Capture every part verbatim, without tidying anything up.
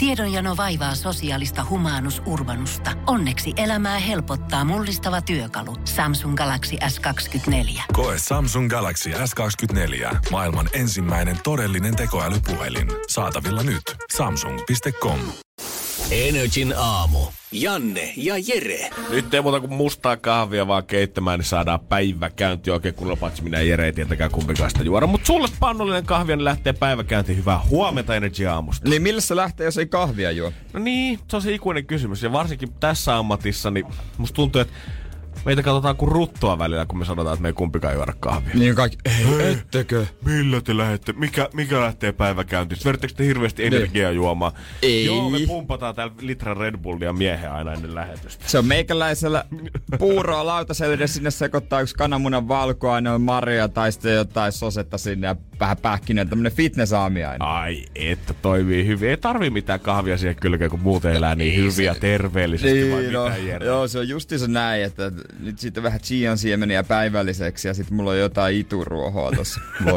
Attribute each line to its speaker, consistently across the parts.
Speaker 1: Tiedonjano vaivaa sosiaalista humanus urbanusta. Onneksi elämää helpottaa mullistava työkalu. Samsung Galaxy S kaksikymmentäneljä.
Speaker 2: Koe Samsung Galaxy S kaksikymmentäneljä. Maailman ensimmäinen todellinen tekoälypuhelin. Saatavilla nyt. Samsung piste com.
Speaker 3: Energin aamu. Janne ja Jere.
Speaker 4: Nyt ei muuta kuin mustaa kahvia vaan keittämään, niin saadaan päiväkäynti oikein kunnolla, paitsi minä ja Jere ei tietenkään kumpikaan sitä juoda. Mutta sulle pannullinen kahvia, niin lähtee päiväkäynti. Hyvää huomenta Energy aamusta.
Speaker 5: Niin millä se lähtee, jos ei kahvia juo?
Speaker 4: No niin, se on se ikuinen kysymys. Ja varsinkin tässä ammatissa, niin musta tuntuu, että meitä katsotaan kuin ruttoa välillä, kun me sanotaan, että me ei kumpikaan juoda kahvia.
Speaker 5: Niin kaikki, ei, ettekö?
Speaker 4: Millä te lähdette? Mikä, mikä lähtee päiväkäyntiin? Vedättekö te hirveästi energiaa niin juomaan?
Speaker 5: Ei.
Speaker 4: Joo, me pumpataan täällä litran Red Bullia miehen aina ennen lähetystä.
Speaker 5: Se on meikäläisellä puuroa lautaselle, sinne sekoittaa yksi kananmunan valkuaine, on marja tai sitten jotain sosetta sinne ja vähän pähkinää. Tämmönen fitness-aamiainen.
Speaker 4: Ai, että toimii hyvin. Ei tarvii mitään kahvia siihen kylkeen, kun muuten elää niin hyvin ja terveellisesti.
Speaker 5: Niin,
Speaker 4: vai
Speaker 5: no,
Speaker 4: mitä Jere?
Speaker 5: joo, se on justiinsa näin, että nyt sitten vähän chian siemeniä päivälliseksi ja sitten mulla on jotain ituruohoa tossa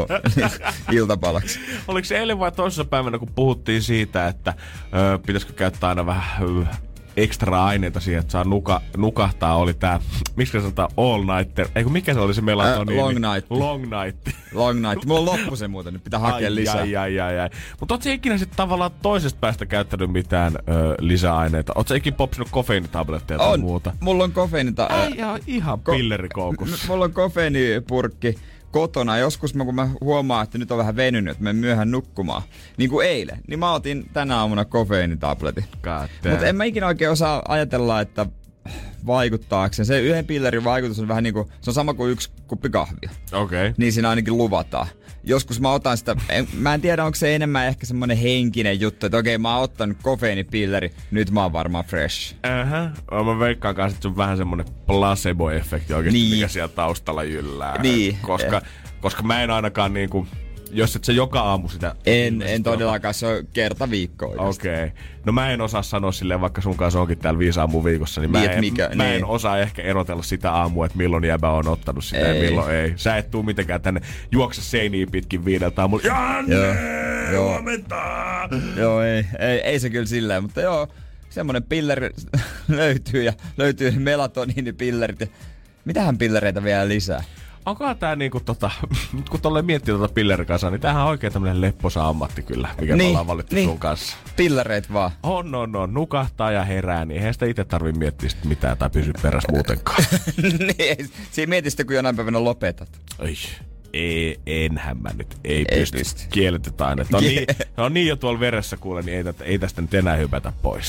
Speaker 5: iltapalaksi.
Speaker 4: Oliko se eilen vai toisessa päivänä, kun puhuttiin siitä, että ö, pitäisikö käyttää aina vähän ö, ekstra aineita siihen, että saa nuka, nukahtaa, oli tää, miksi se sanotaan, all nighter, eikö mikä se oli se melatoniini?
Speaker 5: Äh, long night.
Speaker 4: Long night.
Speaker 5: Long night. Mulla on loppu se muuten, nyt pitää hakea
Speaker 4: ai,
Speaker 5: lisää.
Speaker 4: Ai, ai, ai, ai. Mutta ootko ikinä sitten tavallaan toisesta päästä käyttänyt mitään ö, lisäaineita? Ootko ikinä popsinut kofeiinitabletteja tai
Speaker 5: on.
Speaker 4: muuta?
Speaker 5: Mulla on kofeiinita...
Speaker 4: Ai, ja, ihan ko- pillerikoukussa.
Speaker 5: Mulla on kofeiinipurkki kotona. Joskus mä, kun mä huomaan, että nyt on vähän venynyt, että menen myöhään nukkumaan, niin kuin eilen, niin mä otin tänä aamuna kofeiinitabletin. Mutta en mä ikinä oikein osaa ajatella, että vaikuttaakseen. Se yhden pillerin vaikutus on vähän niinku, se on sama kuin yksi kuppi kahvia.
Speaker 4: Okei. Okay.
Speaker 5: Niin siinä ainakin luvataan. Joskus mä otan sitä, en, mä en tiedä onko se enemmän ehkä semmonen henkinen juttu, että okei mä oon ottanut kofeiinipilleri, nyt mä oon varmaan fresh.
Speaker 4: Ähä, mä veikkaan kanssa, että se on vähän semmonen placebo-efekti oikeesti,
Speaker 5: niin.
Speaker 4: mikä siellä taustalla jyllää.
Speaker 5: Niin.
Speaker 4: Koska, koska mä en ainakaan niinku, jos et se joka aamu sitä...
Speaker 5: En, en todellakaan, se on kerta viikkoa.
Speaker 4: Okei. Okay. No mä en osaa sanoa silleen, vaikka sun kanssa onkin täällä viisi aamua viikossa, niin, niin mä, en, mikä, mä niin. en osaa ehkä erotella sitä aamua, että milloin jäbä on ottanut sitä ei. ja milloin ei. Sä et tuu mitenkään tänne juokse seiniin pitkin viideltä aamulla. Janne!
Speaker 5: Joo.
Speaker 4: Huomenta!
Speaker 5: Joo, ei, ei, ei se kyllä silleen, mutta joo, semmonen pilleri löytyy ja löytyy melatoniinipillerit ja mitähän pillereitä vielä lisää?
Speaker 4: Onkohan tää niinku tota, nyt kun tolleen miettii tota pillerikasaa, niin tämähän on oikein tämmönen lepposa ammatti kyllä, mikä niin, me ollaan valittu niin. sun kanssa.
Speaker 5: Pillereit vaan.
Speaker 4: On, on, on. Nukahtaa ja herää, niin eihän sitä itse tarvii miettiä sit mitään tai pysy perässä muutenkaan.
Speaker 5: niin, siinä mietit sitä, kun jonain päivänä lopetat.
Speaker 4: Ai, ei, enhän mä nyt. Ei, ei pysty. pysty. Kielletyt aineet. On, niin, on niin jo tuolla veressä kuule, niin ei, tätä, ei tästä nyt enää hypätä pois.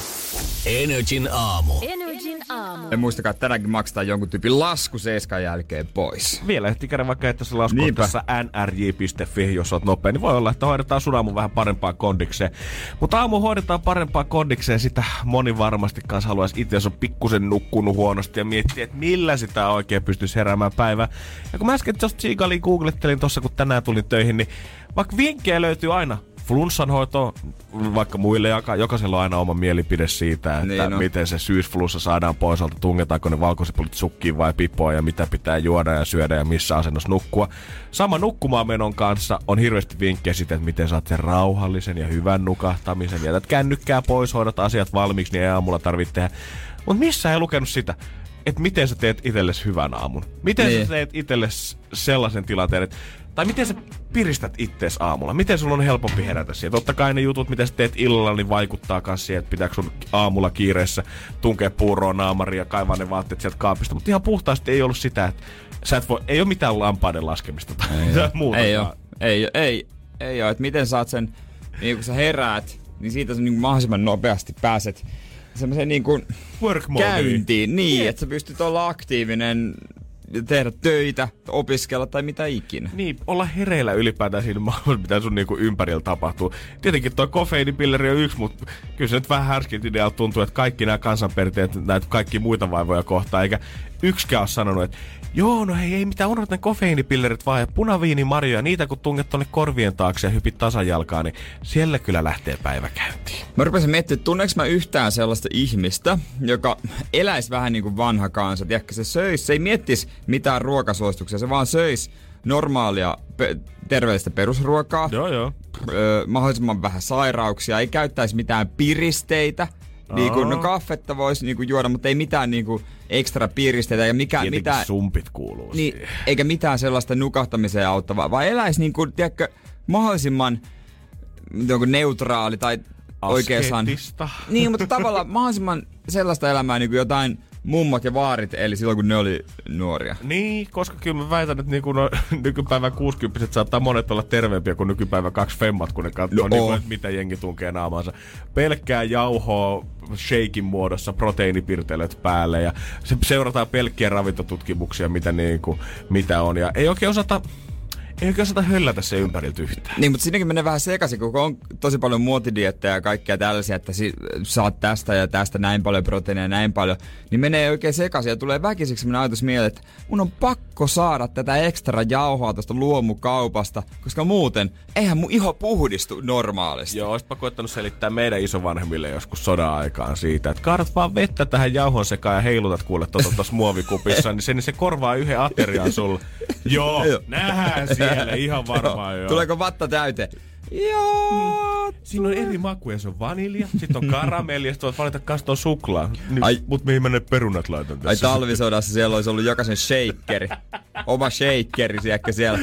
Speaker 3: Energin aamu.
Speaker 6: Energin aamu.
Speaker 5: En muistakaan, että tänäänkin maksetaan jonkun tyypin lasku seiskan jälkeen pois.
Speaker 4: Vielä ehti käydä vaikka, että se lasku on tässä n r j piste f i, jos oot nopea, niin voi olla, että hoidetaan sun aamu vähän parempaan kondikseen. Mutta aamu hoidetaan parempaan kondikseen, sitä moni varmasti kanssa haluaisi itse, jos on pikkusen nukkunut huonosti ja miettiä, että millä sitä oikein pystyisi heräämään päivää. Ja kun mä äsken just Seagalia googlettelin tossa, kun tänään tulin töihin, niin vaikka vinkkejä löytyy aina flunssanhoito, vaikka muille, jokaisella on aina oma mielipide siitä, että niin no. miten se syysflunssa saadaan pois alta, tungetaanko ne valkosipulit sukkiin vai pipoon ja mitä pitää juoda ja syödä ja missä asennossa nukkua. Sama nukkumaan menon kanssa on hirveästi vinkkejä siitä, että miten saat sen rauhallisen ja hyvän nukahtamisen. Jätät kännykkää pois, hoidat asiat valmiiksi, niin ei aamulla tarvitse tehdä. Mutta missä ei lukenut sitä, että miten sä teet itsellesi hyvän aamun? Miten niin. sä teet itsellesi sellaisen tilanteen, että tai miten sä piristät ittees aamulla? Miten sulla on helpompi herätä siihen? Totta kai ne jutut, mitä sä teet illalla, niin vaikuttaa myös siihen, että pitääkö sun aamulla kiireessä tunkea puuroa naamariin ja kaivaa ne vaatteet sieltä kaapista. Mutta ihan puhtaasti ei ollut sitä, että sä et voi, ei ole mitään lampaiden laskemista tai ei muuta.
Speaker 5: Ei ole, ei, ei, ei ole. Että miten saat sen, niin kun sä heräät, niin siitä sä niin mahdollisimman nopeasti pääset semmoiseen niin kuin käyntiin. Niin, yeah. Että sä pystyt olla aktiivinen, tehdä töitä, opiskella tai mitä ikinä.
Speaker 4: Niin, olla hereillä ylipäätään siinä maailmassa, mitä sun niinku ympärillä tapahtuu. Tietenkin toi kofeiinipilleri on yksi, mutta kyllä se nyt vähän härskiltä idealta tuntuu, että kaikki nämä kansanperinteet näitä kaikki muita vaivoja kohtaan, eikä yksikään ole sanonut, että joo, no hei, ei mitään, unohdat ne kofeiinipillerit vaan ja punaviinimarjoja, niitä kun tunget tonne korvien taakse ja hypit tasajalkaan, niin siellä kyllä lähtee päiväkäyntiin.
Speaker 5: Mä rupesin miettimään, että tunneeko mä yhtään sellaista ihmistä, joka eläisi vähän niin kuin vanha kansa. Tiedätkö, se söisi, se ei miettisi mitään ruokasuosituksia, se vaan söisi normaalia pe- terveellistä perusruokaa.
Speaker 4: Joo, joo.
Speaker 5: ö, mahdollisimman vähän sairauksia, ei käyttäisi mitään piristeitä. Niin kuin, no kaffetta voisi niin kuin juoda, mutta ei mitään niin kuin ekstra piristeitä eikä mikä, mitään...
Speaker 4: sumpit kuuluu
Speaker 5: niin, eikä mitään sellaista nukahtamiseen auttavaa, vaan eläisi niin kuin, tiedätkö, mahdollisimman neutraali tai oikeastaan... Niin, mutta tavallaan mahdollisimman sellaista elämää niin kuin jotain mummot ja vaarit, eli silloin kun ne oli nuoria.
Speaker 4: Niin, koska kyllä mä väitän, että niin no, nykypäivän kuusikymppiset saattaa monet olla terveempiä kuin nykypäivän kaksi femmat, kun ne katsoo, no, niin, mitä jengi tunkee naamaansa. Pelkkää jauhoa shakein muodossa, proteiinipirtelöt päälle ja se seurataan pelkkiä ravintotutkimuksia, mitä, niin kuin, mitä on. Ja ei oikein osata... Ei oikein osata höllätä se ympäriltä yhtään.
Speaker 5: Niin, mutta siinäkin menee vähän sekaisin, kun on tosi paljon muotidiettejä ja kaikkea tällaisia, että si- saat tästä ja tästä näin paljon proteiineja ja näin paljon, niin menee oikein sekaisin ja tulee väkisiksi sellainen ajatus mieleen, että mun on pakko saada tätä ekstra jauhoa tuosta luomukaupasta, koska muuten eihän mun iho puhdistu normaalisti.
Speaker 4: Joo, olisitpa koettanut selittää meidän isovanhemmille joskus sodan aikaan siitä, että kaadat vaan vettä tähän jauhon sekaan ja heilutat kuule tuossa tota, muovikupissa, niin se, niin se korvaa yhden aterian sulle. Joo, nähdään siellä. Ihan varmaan joo.
Speaker 5: Tuleeko vatta täyteen? Joo.
Speaker 4: Siinä on eri makuja. Se on vanilja, sitten on karamelli ja sitten voit valita kastoon suklaa. Nyt, mut mihin mä ne perunat laitan tässä?
Speaker 5: Ai talvisodassa siellä olisi ollut jokaisen shakeri. Oma shakeri sielläkö siellä.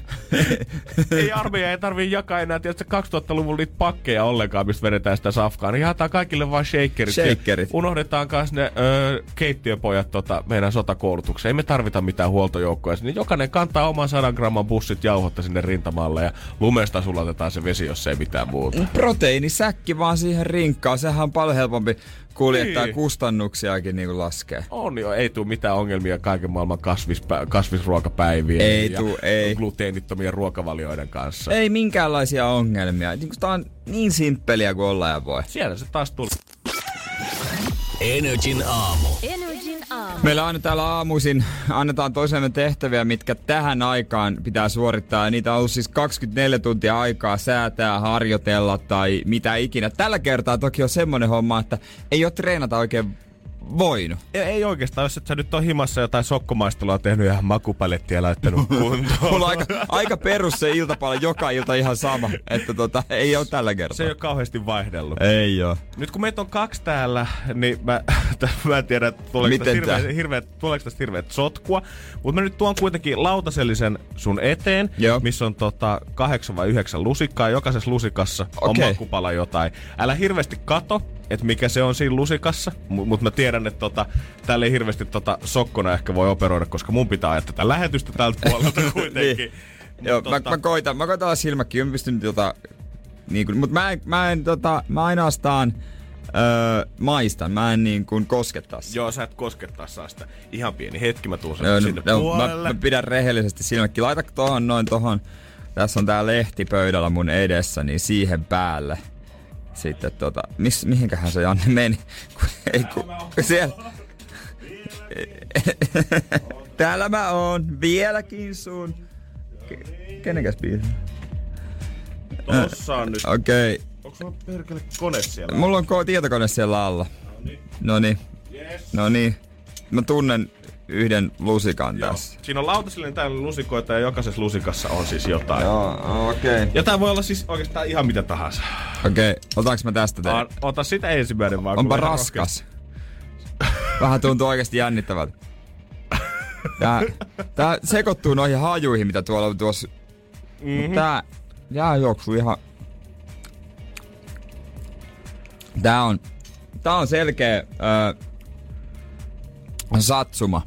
Speaker 4: Ei armeija ei tarvii jakaa enää tietysti kaksituhattaluvun niitä pakkeja ollenkaan, mistä vedetään sitä safkaa. Niin jaetaan kaikille vaan shakerit.
Speaker 5: Shakerit.
Speaker 4: Unohdetaan myös ne ö, keittiöpojat tota, meidän sotakoulutukseen. Ei me tarvita mitään huoltojoukkoja. Niin jokainen kantaa oman sadan gramman bussit jauhotta sinne rintamalle ja lumesta sulatetaan se vesi, jos ei mitään muuta.
Speaker 5: Proteiinisäkki vaan siihen rinkkaan. Sehän on paljon helpompi kuljettaa niin. Kustannuksiakin niin kuin laskee.
Speaker 4: On jo, ei tule mitään ongelmia kaiken maailman kasvispä- kasvisruokapäivien
Speaker 5: ei
Speaker 4: ja
Speaker 5: tuu, ei.
Speaker 4: gluteenittomien ruokavalioiden kanssa.
Speaker 5: Ei minkäänlaisia ongelmia. Niin tää on niin simppeliä kuin olla ja voi.
Speaker 4: Siellä se taas tuli.
Speaker 3: Energin aamu.
Speaker 5: Meillä aina täällä aamuisin annetaan toisemme tehtäviä, mitkä tähän aikaan pitää suorittaa. Ja niitä on ollut siis kaksikymmentäneljä tuntia aikaa säätää, harjoitella tai mitä ikinä. Tällä kertaa toki on semmonen homma, että ei ole treenata oikein voinut.
Speaker 4: Ei, ei oikeastaan, jos et sä nyt on himassa jotain sokkomaistelua tehnyt ja makupalettia laittanut kuntoon.
Speaker 5: Mulla on aika, aika perus se iltapäivä, joka ilta ihan sama. Että tota, ei ole tällä kertaa.
Speaker 4: Se ei ole kauheasti vaihdellut.
Speaker 5: Ei oo.
Speaker 4: Nyt kun meitä on kaksi täällä, niin mä, mä en tiedä, tuleeko tästä hirveät, hirveät, tuleeko tästä hirveät sotkua. Mutta mä nyt tuon kuitenkin lautasellisen sun eteen, Joo. missä on tota kahdeksan vai yhdeksän lusikkaa. Jokaisessa lusikassa on okay. makupala jotain. Älä hirveästi kato, että mikä se on siinä lusikassa, mutta mä tiedän, että tota, täällä ei hirveästi tota sokkona ehkä voi operoida, koska mun pitää ajaa tätä lähetystä täältä puolelta kuitenkin. niin.
Speaker 5: Joo, tota... mä, mä koitan, mä koitan olla silmäkin, mä pystyn tota, niin kuin, mutta mä en, mä en tota, mä ainoastaan öö, maistan, mä en niin kuin koskettaa sitä.
Speaker 4: Joo, sä et koskettaa saa sitä. Ihan pieni hetki, mä tuun sen
Speaker 5: no,
Speaker 4: sinne
Speaker 5: no,
Speaker 4: puolelle.
Speaker 5: Mä, mä pidän rehellisesti silmäkin, laita tohon noin tohon, tässä on tää lehti pöydällä mun edessä, niin siihen päälle. Sitten tota, mis, mihinkähän se Janne meni? Ei ku, siellä. Täällä mä oon, vieläkin sun. Kenenkäs biisi?
Speaker 4: Tossa on nyt.
Speaker 5: Okei. Okay.
Speaker 4: Onko sulla perkele kone siellä?
Speaker 5: Mulla on ko- tietokone siellä alla. Noniin.
Speaker 4: Yes.
Speaker 5: Noniin. Mä tunnen yhden lusikan Joo. tässä.
Speaker 4: Siinä on lautasellinen täällä lusikoita ja jokaisessa lusikassa on siis jotain.
Speaker 5: Joo, okei. Okay.
Speaker 4: Ja tää voi olla siis oikeastaan ihan mitä tahansa.
Speaker 5: Okei, okay. Otaanko mä tästä tein?
Speaker 4: Ota sitä ensimmäinen vaan.
Speaker 5: Onpa raskas. Vähän tuntuu oikeasti jännittävältä. Tää, tää sekoittuu noihin hajuihin, mitä tuolla on tuossa. Mm-hmm. Tää jää juoksu ihan... Tää on... Tää on selkeä... Öö, satsuma.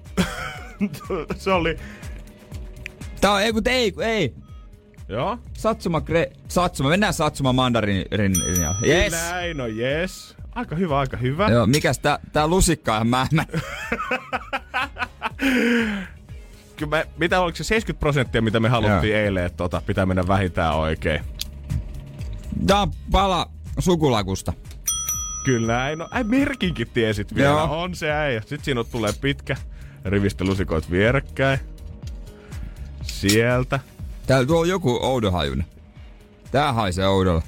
Speaker 4: Se oli...
Speaker 5: Tää on... Ei, kun ei, kun ei.
Speaker 4: Joo?
Speaker 5: Satsuma, kre... Satsuma. Mennään Satsuma mandarin... Yes.
Speaker 4: Näin on, yes. Aika hyvä, aika hyvä.
Speaker 5: Joo, mikäs tää, tää lusikka ihan mähmä.
Speaker 4: Kyllä me, mitä oliko se seitsemänkymmentä prosenttia, mitä me haluttiin Joo. eilen, että tota, pitää mennä vähintään oikein.
Speaker 5: Tää on pala sukulakusta.
Speaker 4: Kyllä näin. No, ai merkinkin tiesit vielä. Joo. On se äijä. Sitten siinä tulee pitkä rivistä lusikoit vierekkäin. Sieltä.
Speaker 5: Täällä tuolla on joku oudon hajunen. Tää haisee oudolla.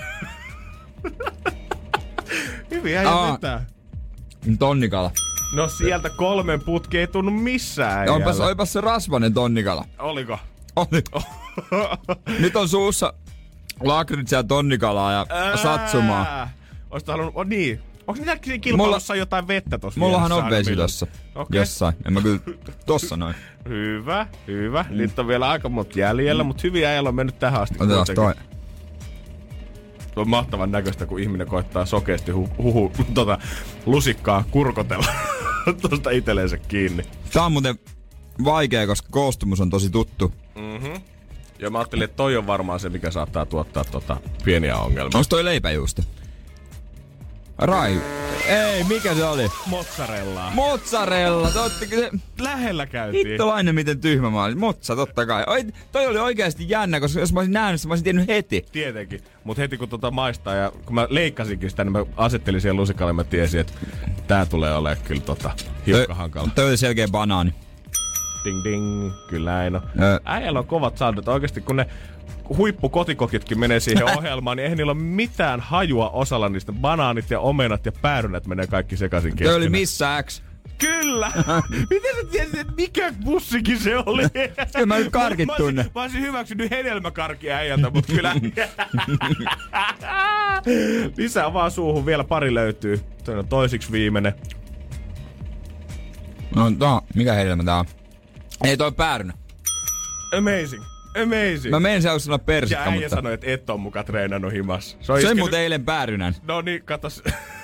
Speaker 4: Hyviä ei mitään.
Speaker 5: Tonnikala.
Speaker 4: No sieltä kolmen putki ei tunnu missään.
Speaker 5: Onpas, onpas se rasvanen tonnikala.
Speaker 4: Oliko?
Speaker 5: Oli. Nyt on suussa lakritsia, tonnikalaa ja Ää, satsumaa.
Speaker 4: Oisit halunnut, oh, niin. Onko niitä kilpailussa mulla, jotain vettä tossa?
Speaker 5: Mullahan on vesi tossa. Okay. Jossain. En mä kyllä tossa noin.
Speaker 4: Hyvä, hyvä. Mm. Nyt on vielä aika monta jäljellä, mm. mutta hyviä äijällä on mennyt tähän asti.
Speaker 5: Otetaan toi.
Speaker 4: Se on mahtavan näköistä, kun ihminen koittaa sokeasti hu- huhu tota, lusikkaa kurkotella tuosta itsellensä kiinni.
Speaker 5: Tää on muuten vaikea, koska koostumus on tosi tuttu.
Speaker 4: Mhm. Ja mä ajattelin, että toi on varmaan se, mikä saattaa tuottaa tota pieniä ongelmia.
Speaker 5: Onks toi leipäjuusto? Rai. Ei, mikä se oli?
Speaker 4: Mozzarella.
Speaker 5: Mozzarella, totta se...
Speaker 4: Lähellä käytiin.
Speaker 5: Hittolainen, miten tyhmä mä olin. Mozza, totta kai. Oi, toi oli oikeasti jännä, koska jos mä olisin nähnyt, mä olisin tiennyt heti.
Speaker 4: Tietenkin. Mut heti kun tota maistaa ja kun mä leikkasinkin sitä, niin mä asettelin siihen lusikalle ja mä tiesin, että tää tulee olemaan kyllä tota hiukka hankala.
Speaker 5: Toi oli selkeä banaani.
Speaker 4: Ding ding. Kyllä näin on. Äijällä on kovat saldot. Oikeesti kun ne huippukotikokitkin menee siihen ohjelmaan, niin eihän niillä ole mitään hajua osalla niistä. Banaanit ja omenat ja päärynät menee kaikki sekaisin keskenään.
Speaker 5: Toi oli Missä X.
Speaker 4: Kyllä! Miten sä tiesit, että mikä bussikin se oli?
Speaker 5: Kyllä mä nyt karkit tunne.
Speaker 4: Mä, mä olisin hyväksynyt hedelmäkarkki äijältä, mutta kyllä... Lisää vaan suuhun, vielä pari löytyy. Toi on toisiksi viimeinen.
Speaker 5: No, no mikä hedelmä tää on? Ei, toi on päärynä.
Speaker 4: Amazing. Amazing.
Speaker 5: Mä menen se sanoa persikka,
Speaker 4: ja äijä
Speaker 5: mutta...
Speaker 4: sanoi, että et on muka treenannut himassa. Se
Speaker 5: on iskenyt... muuten eilen päärynän.
Speaker 4: No niin, katos.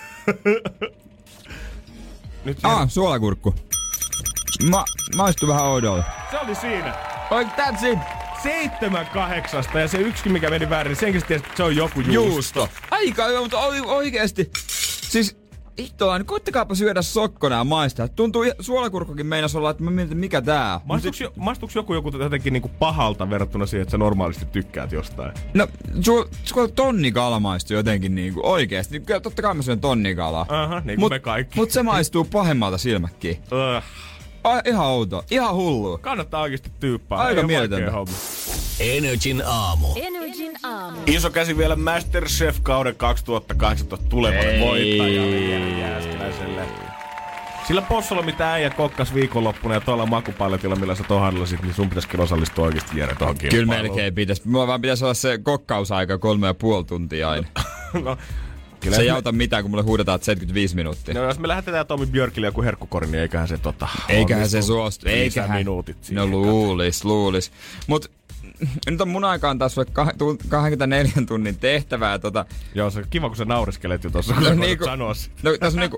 Speaker 4: Nyt
Speaker 5: ah, siihen... suolakurkku. Ma... Maistuu vähän oudolle.
Speaker 4: Se oli siinä.
Speaker 5: Oi, that's it.
Speaker 4: Seitsemän kahdeksasta ja se yksikin, mikä meni väärin, niin senkin tiesi, että se on joku juusto. Juusto.
Speaker 5: Aika hyvä, mutta oikeesti. Siis... Hittolainen, koittakaapa syödä sokkona ja maistaa. Tuntuu, suolakurkkukin meinas olla, että mä mietin, mikä tää on.
Speaker 4: Maistuuks, jo, maistuuks joku, joku jotenkin niinku pahalta verrattuna siihen, että sä normaalisti tykkäät jostain?
Speaker 5: No, su, su, tonnikala maistuu jotenkin niinku oikeesti. Kyllä totta kai mä syön tonnikalaa.
Speaker 4: Aha, niin kuin me kaikki.
Speaker 5: Mut se maistuu pahemmalta silmäkkiin.
Speaker 4: Uh.
Speaker 5: Ai, ihan outoa. Ihan hullua.
Speaker 4: Kannattaa oikeesti tyyppää.
Speaker 5: Aika mieletöntä.
Speaker 3: Energin aamu.
Speaker 1: Energin aamu.
Speaker 4: Iso käsi vielä MasterChef-kauden kaksituhattakahdeksantoista tulevalle voittajalle Jere Jääskeläiselle. Sillä possolla, mitä äijät kokkas viikonloppuna ja tuolla makupaletilla, millä sä tohanlasit, niin sun pitäisikin osallistua oikeesti Jere tohon kilpailuun.
Speaker 5: Kyllä melkein pitäisi. Mulla vaan pitäisi olla se kokkausaika kolme ja puoli tuntia aina. no, se ei me... auta mitään, kun mulle huudetaan seitsemänkymmentäviisi minuuttia.
Speaker 4: No jos me lähetetään Tommi Björkille joku herkkukori, niin eiköhän se tota...
Speaker 5: Eiköhän se suostu.
Speaker 4: Eiköhän minuutit siihen.
Speaker 5: No luulis, luulis. Mut nyt on mun aikaan taas kaksikymmentäneljän tunnin tehtävää. Tota...
Speaker 4: Joo, se on kiva, kun sä nauriskelet jo tossa, kun no, niinku, sanoa sitä.
Speaker 5: No, tässä on niinku...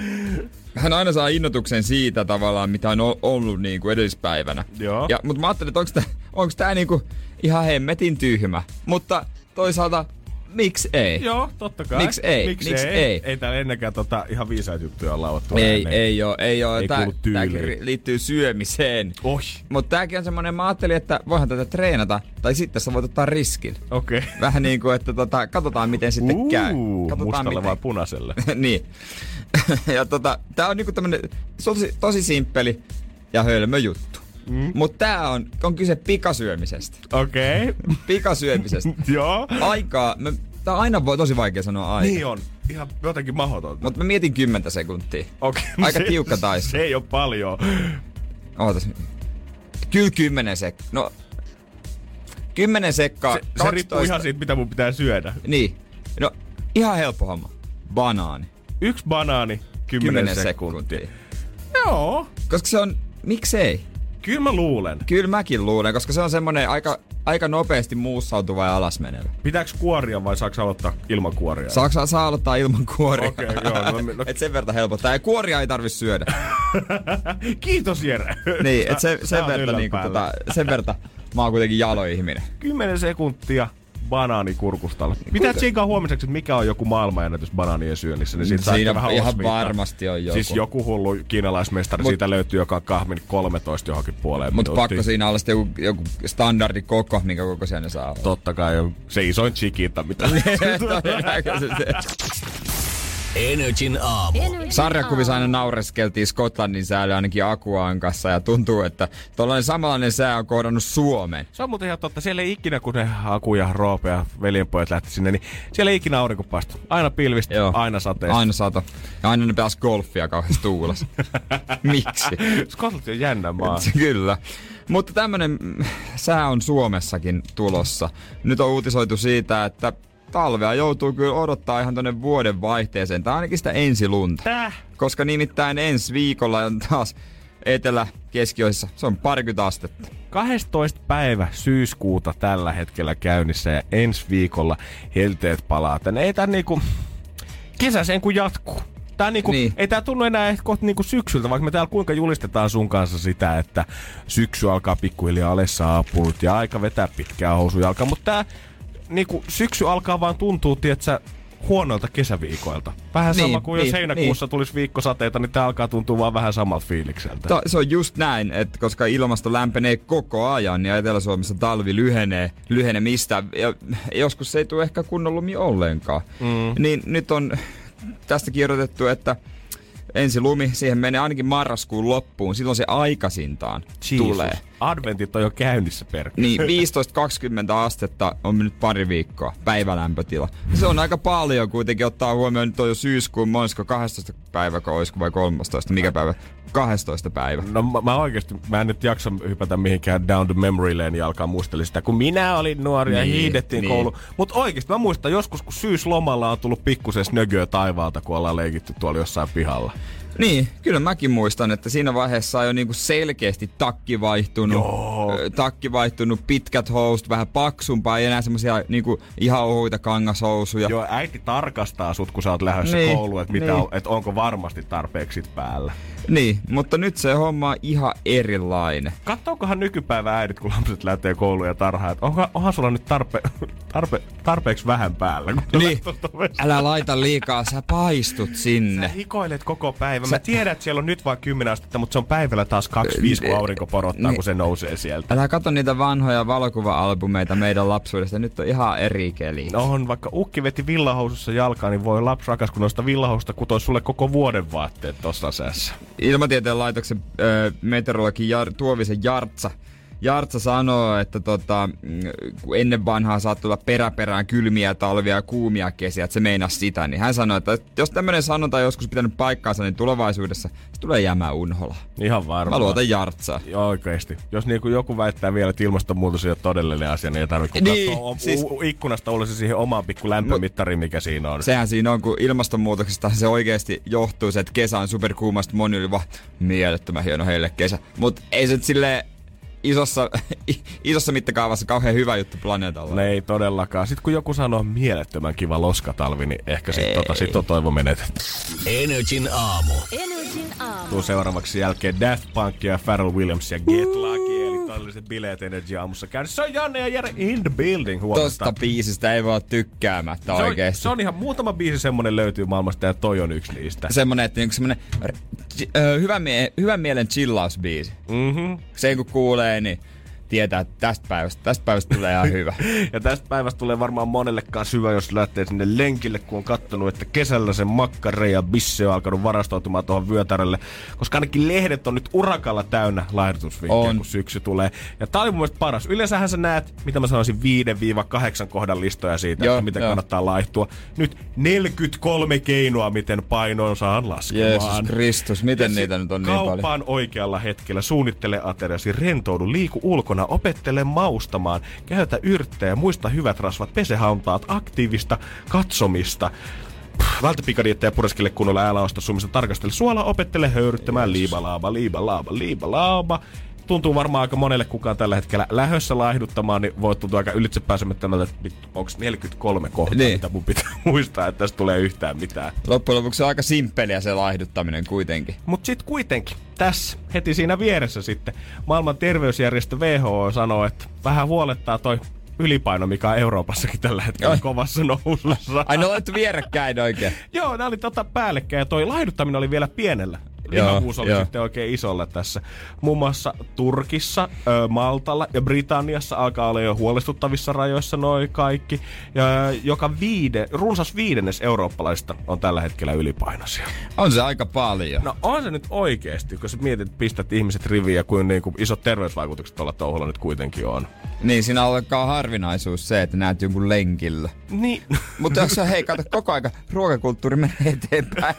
Speaker 5: Hän aina saa innotuksen siitä tavallaan, mitä on ollut niinku edellispäivänä.
Speaker 4: Joo.
Speaker 5: Ja, mut mä ajattelin, että onks tää, onks tää niinku ihan hemmetin tyhmä. Mutta toisaalta... Miksi ei?
Speaker 4: Joo, totta kai.
Speaker 5: Miksi ei?
Speaker 4: Miksi
Speaker 5: Miks
Speaker 4: ei?
Speaker 5: ei?
Speaker 4: Ei täällä ennenkään tota ihan viisaita juttuja on lauvattu.
Speaker 5: Ei, ei oo, ei oo.
Speaker 4: Ei
Speaker 5: Tää,
Speaker 4: kuulu tyyliin.
Speaker 5: tääkin liittyy syömiseen.
Speaker 4: Ohi.
Speaker 5: Mut tääkin on semmonen, mä ajattelin, että voihan tätä treenata. Tai sitten sä voit ottaa riskin.
Speaker 4: Okei. Okay.
Speaker 5: Vähän niinku, että tota, katsotaan miten sitten
Speaker 4: uh,
Speaker 5: käy.
Speaker 4: Katsotaan mustalle miten... vai punaiselle?
Speaker 5: niin. ja tota, tää on niinku tämmönen tosi, tosi simppeli ja hölmö juttu. Mm. Mut tää on, on kyse pikasyömisestä.
Speaker 4: Okei. Okay.
Speaker 5: Pikasyömisestä.
Speaker 4: Joo.
Speaker 5: Aikaa, mä, tää on aina voi tosi vaikea sanoa aika.
Speaker 4: Niin on. Ihan jotenkin mahdotonta.
Speaker 5: Mut mä mietin kymmentä sekuntia.
Speaker 4: Okei. Okay.
Speaker 5: Aika tiukka taistelu.
Speaker 4: Se ei oo paljon.
Speaker 5: Ootas. Kyllä kymmenen sekkaa. No, kymmenen sekkaa.
Speaker 4: Se, se riippuu ihan siitä, mitä mun pitää syödä.
Speaker 5: Niin. No, ihan helppo homma. Banaani.
Speaker 4: Yksi banaani, kymmenen sekuntia. sekuntia. Joo.
Speaker 5: Koska se on, miksei?
Speaker 4: Kyllä mä luulen.
Speaker 5: Kyllä mäkin luulen, koska se on semmonen aika, aika nopeasti muussautuva ja alasmenevä.
Speaker 4: Pitääks kuoria vai saaks aloittaa ilman kuoria?
Speaker 5: Saaks saa aloittaa ilman kuoria?
Speaker 4: Okei, okay, joo. No, no.
Speaker 5: Et sen verran helpottaa. Ja kuoria ei tarvi syödä.
Speaker 4: Kiitos Jere.
Speaker 5: Niin, et se, sen, verran, niinku, tota, sen verran mä oon kuitenkin jalo ihminen.
Speaker 4: Kymmenen sekuntia banaanikurkustalla. Pitää tsiikaa huomiseksi, että mikä on joku maailmanennätys banaanien syönnissä. Niin siitä
Speaker 5: siinä
Speaker 4: vähän
Speaker 5: ihan
Speaker 4: osviittaa.
Speaker 5: Varmasti on joku.
Speaker 4: Siis joku hullu kiinalaismestari, mut, siitä löytyy joka kahmin kolmetoista johonkin puoleen.
Speaker 5: Mutta pakko siinä olla sitten joku, joku standardi koko, minkä koko sen saa olla.
Speaker 4: Totta kai, se isoin chiquita, mitä.
Speaker 3: Energin aamu.
Speaker 5: Sarjakuvissa aina naureskeltiin Skotlannin säällä ainakin Akuan kanssa ja tuntuu, että tuollainen samanlainen sää on kohdannut Suomen.
Speaker 4: Se on muuten ihan totta. Siellä ei ikinä, kun ne Aku ja Roope ja veljenpojat lähti sinne, niin siellä ei ikinä aurinko paistu. Aina pilvistä, Joo. aina sateesta.
Speaker 5: Aina sato. Ja aina ne pääs golfia kauheasti tuulassa. Miksi?
Speaker 4: Skotlanti on jännä maa.
Speaker 5: Kyllä. Mutta tämmönen sää on Suomessakin tulossa. Nyt on uutisoitu siitä, että talvea joutuu kyllä odottaa ihan tonne vuoden vaihteeseen, tai ainakin sitä ensilunta. Täh? Koska nimittäin ensi viikolla on taas etelä-keskioissa, se on parikymmentä astetta.
Speaker 4: kahdestoista päivä syyskuuta tällä hetkellä käynnissä ja ensi viikolla helteet palaa tänne. Ei tää niinku kesä sen kun jatkuu. Tää niinku, niin. Ei tää tunnu enää kohta niinku syksyltä, vaikka me täällä kuinka julistetaan sun kanssa sitä, että syksy alkaa pikkuhiljaa alle saapunut ja aika vetää pitkää housujalkaa, mutta tää niinku syksy alkaa vaan tuntua, tietsä, huonoilta kesäviikoilta. Vähän niin, sama kuin niin, jos heinäkuussa niin. tulisi viikkosateita, niin tää alkaa tuntua vaan vähän samalta fiilikseltä. Ta-
Speaker 5: se on just näin, että koska ilmasto lämpenee koko ajan ja Etelä-Suomessa talvi lyhenee, lyhenemistä ja joskus se ei tule ehkä kunnon lumi ollenkaan. Mm. Niin nyt on tästä kirjoitettu, että ensi lumi, siihen menee ainakin marraskuun loppuun. Silloin se aikaisintaan Jesus. tulee.
Speaker 4: Adventit on jo käynnissä per.
Speaker 5: Niin, viisitoista kaksikymmentä astetta on nyt pari viikkoa päivälämpötila. Se on aika paljon kuitenkin ottaa huomioon, nyt on jo syyskuun, monsko kahdestoista päivä, olisiko vai kolmastoista, mikä päivä? kahdestoista päivä.
Speaker 4: No mä, mä oikeesti, mä en nyt jaksa hypätä mihinkään down the memory lane ja alkaa muistella sitä, kun minä olin nuori ja niin, hiidettiin niin. koulu. Mut oikeesti mä muistan joskus, kun syyslomalla on tullut pikkusen snögöä taivaalta, kun ollaan leikitty tuolla jossain pihalla.
Speaker 5: Niin, kyllä mäkin muistan, että siinä vaiheessa on jo niinku selkeästi takki vaihtunut, Joo. takki vaihtunut, pitkät housut, vähän paksumpaa, ei enää semmosia niinku ihan ohuita kangashousuja.
Speaker 4: Joo, äiti tarkastaa sut, kun sä oot lähdössä niin, kouluun, että niin. et onko varmasti tarpeeksi päällä.
Speaker 5: Niin, mutta nyt se homma on ihan erilainen.
Speaker 4: Kattookohan nykypäivän äidit, kun lapset lähtee kouluun ja tarhaan, että onhan, onhan sulla nyt tarpe, tarpe, tarpeeksi vähän päällä.
Speaker 5: Niin, älä laita liikaa, sä paistut sinne.
Speaker 4: Sä hikoilet koko päivän. Sä... Mä tiedän, että siellä on nyt vain kymmenen astetta, mutta se on päivällä taas kaksikymmentäviisi, kun aurinko porottaa, niin. kun se nousee sieltä.
Speaker 5: Älä katso niitä vanhoja valokuva-albumeita meidän lapsuudesta. Nyt on ihan eri keli.
Speaker 4: No on, vaikka ukki veti villahousussa jalkaan, niin voi lapsi rakas, kun noista villahoususta kutoisi sulle koko vuoden vaatteet tossa säässä.
Speaker 5: Ilmatieteen laitoksen äh, meteorologi Jar- Tuovisen Jartsa Jartsa sanoo, että tota, kun ennen vanhaa saattoi tulla peräperään kylmiä talvia ja kuumia kesiä, että se meinasi sitä, niin hän sanoi, että jos tämmöinen sanonta on joskus pitänyt paikkaansa, niin tulevaisuudessa se tulee jäämään unholaan.
Speaker 4: Ihan varmaan.
Speaker 5: Mä luotan Jartsaa.
Speaker 4: Joo, oikeesti. Jos niinku joku väittää vielä, että ilmastonmuutos ei ole todellinen asia, niin ei tarvitse niin, katsoa siis, u- ikkunasta ulos siihen omaan pikku lämpömittariin, mikä siinä on.
Speaker 5: Sehän siinä on, kun ilmastonmuutoksesta se oikeesti johtuu se, että kesä on superkuumasta, moni oli vaan mielettömän hieno heille kesä. Mut ei se silleen Isossa, isossa mittakaavassa kauhean hyvä juttu planeetalla.
Speaker 4: Ne ei todellakaan. Sitten kun joku sanoo mielettömän kiva loskatalvi, niin ehkä sit, tota, sit on toivo menetetty.
Speaker 3: Energin aamu.
Speaker 1: Energin aamu.
Speaker 4: Tuun seuraavaksi jälkeen Daft Punk ja Pharrell Williams ja Get Lucky, eli todelliset bileet Energy aamussa käynnissä. Se on Janne ja Jere in the building huomenta.
Speaker 5: Tosta biisistä ei voi tykkäämättä
Speaker 4: se
Speaker 5: oikeesti.
Speaker 4: On, se on ihan muutama biisi semmonen löytyy maailmasta ja toi on yksi niistä.
Speaker 5: Semmonen, että niinku semmonen äh, hyvän, mie- hyvän mielen chillausbiisi.
Speaker 4: Mhm.
Speaker 5: Se kun kuulee, niin tietää, että tästä päivästä, tästä päivästä tulee ihan hyvä.
Speaker 4: Ja tästä päivästä tulee varmaan monellekaan hyvä, jos lähtee sinne lenkille, kun on kattonut, että kesällä se makkare ja bisse on alkanut varastoitumaan tuohon vyötärölle. Koska ainakin lehdet on nyt urakalla täynnä laihdutusvinkkejä, kun syksy tulee. Ja tää oli mun mielestä paras. Yleensähän sä näet, mitä mä sanoisin, viidestä kahdeksaan kohdan listoja siitä, joo, että miten joo. kannattaa laihtua. Nyt neljäkymmentäkolme keinoa, miten painoon saan laskemaan.
Speaker 5: Jeesus Kristus, miten ja niitä nyt on niin paljon?
Speaker 4: Kauppaan oikealla hetkellä, suunnittele ateriasi, rentoudu, liiku ulkona, opettele maustamaan, käytä yrttejä, muista hyvät rasvat, pese hampaat, aktiivista katsomista. Vältä pikadiettejä, pureskele kunnolla, älä osta sumista, tarkastele suolaa, opettele höyryttämään, liibalaaba, liibalaaba, liibalaaba. Tuntuu varmaan aika monelle kukaan tällä hetkellä lähössä laihduttamaan, niin voi tuntua aika ylitsepääsemättömältä, että onko neljäkymmentäkolme kohtaa, niin. mitä mun pitää muistaa, että tästä tulee yhtään mitään.
Speaker 5: Loppujen lopuksi se on aika simppeliä se laihduttaminen kuitenkin.
Speaker 4: Mut sit kuitenkin, tässä heti siinä vieressä sitten, maailman terveysjärjestö W H O sanoo, että vähän huolettaa toi ylipaino, mikä on Euroopassakin tällä hetkellä Oi. kovassa nousussa.
Speaker 5: Ai ne olettu vierekkäin oikein?
Speaker 4: Joo, nää oli tota päällekkäin ja toi laihduttaminen oli vielä pienellä. lihavuus oli sitten oikein isolla tässä. Muun muassa Turkissa, Maltalla ja Britanniassa alkaa olla jo huolestuttavissa rajoissa noin kaikki. Ja joka viide, runsas viidennes eurooppalaisista on tällä hetkellä ylipainoisia.
Speaker 5: On se aika paljon.
Speaker 4: No on se nyt oikeesti, kun sä mietit, pistät ihmiset riviin ja kuin niinku isot terveysvaikutukset tuolla touhulla nyt kuitenkin on.
Speaker 5: Niin, siinä alkaa harvinaisuus se, että näet jonkun lenkillä.
Speaker 4: Niin.
Speaker 5: Mutta jos sä, hei, kato, koko aika ruokakulttuuri menee eteenpäin.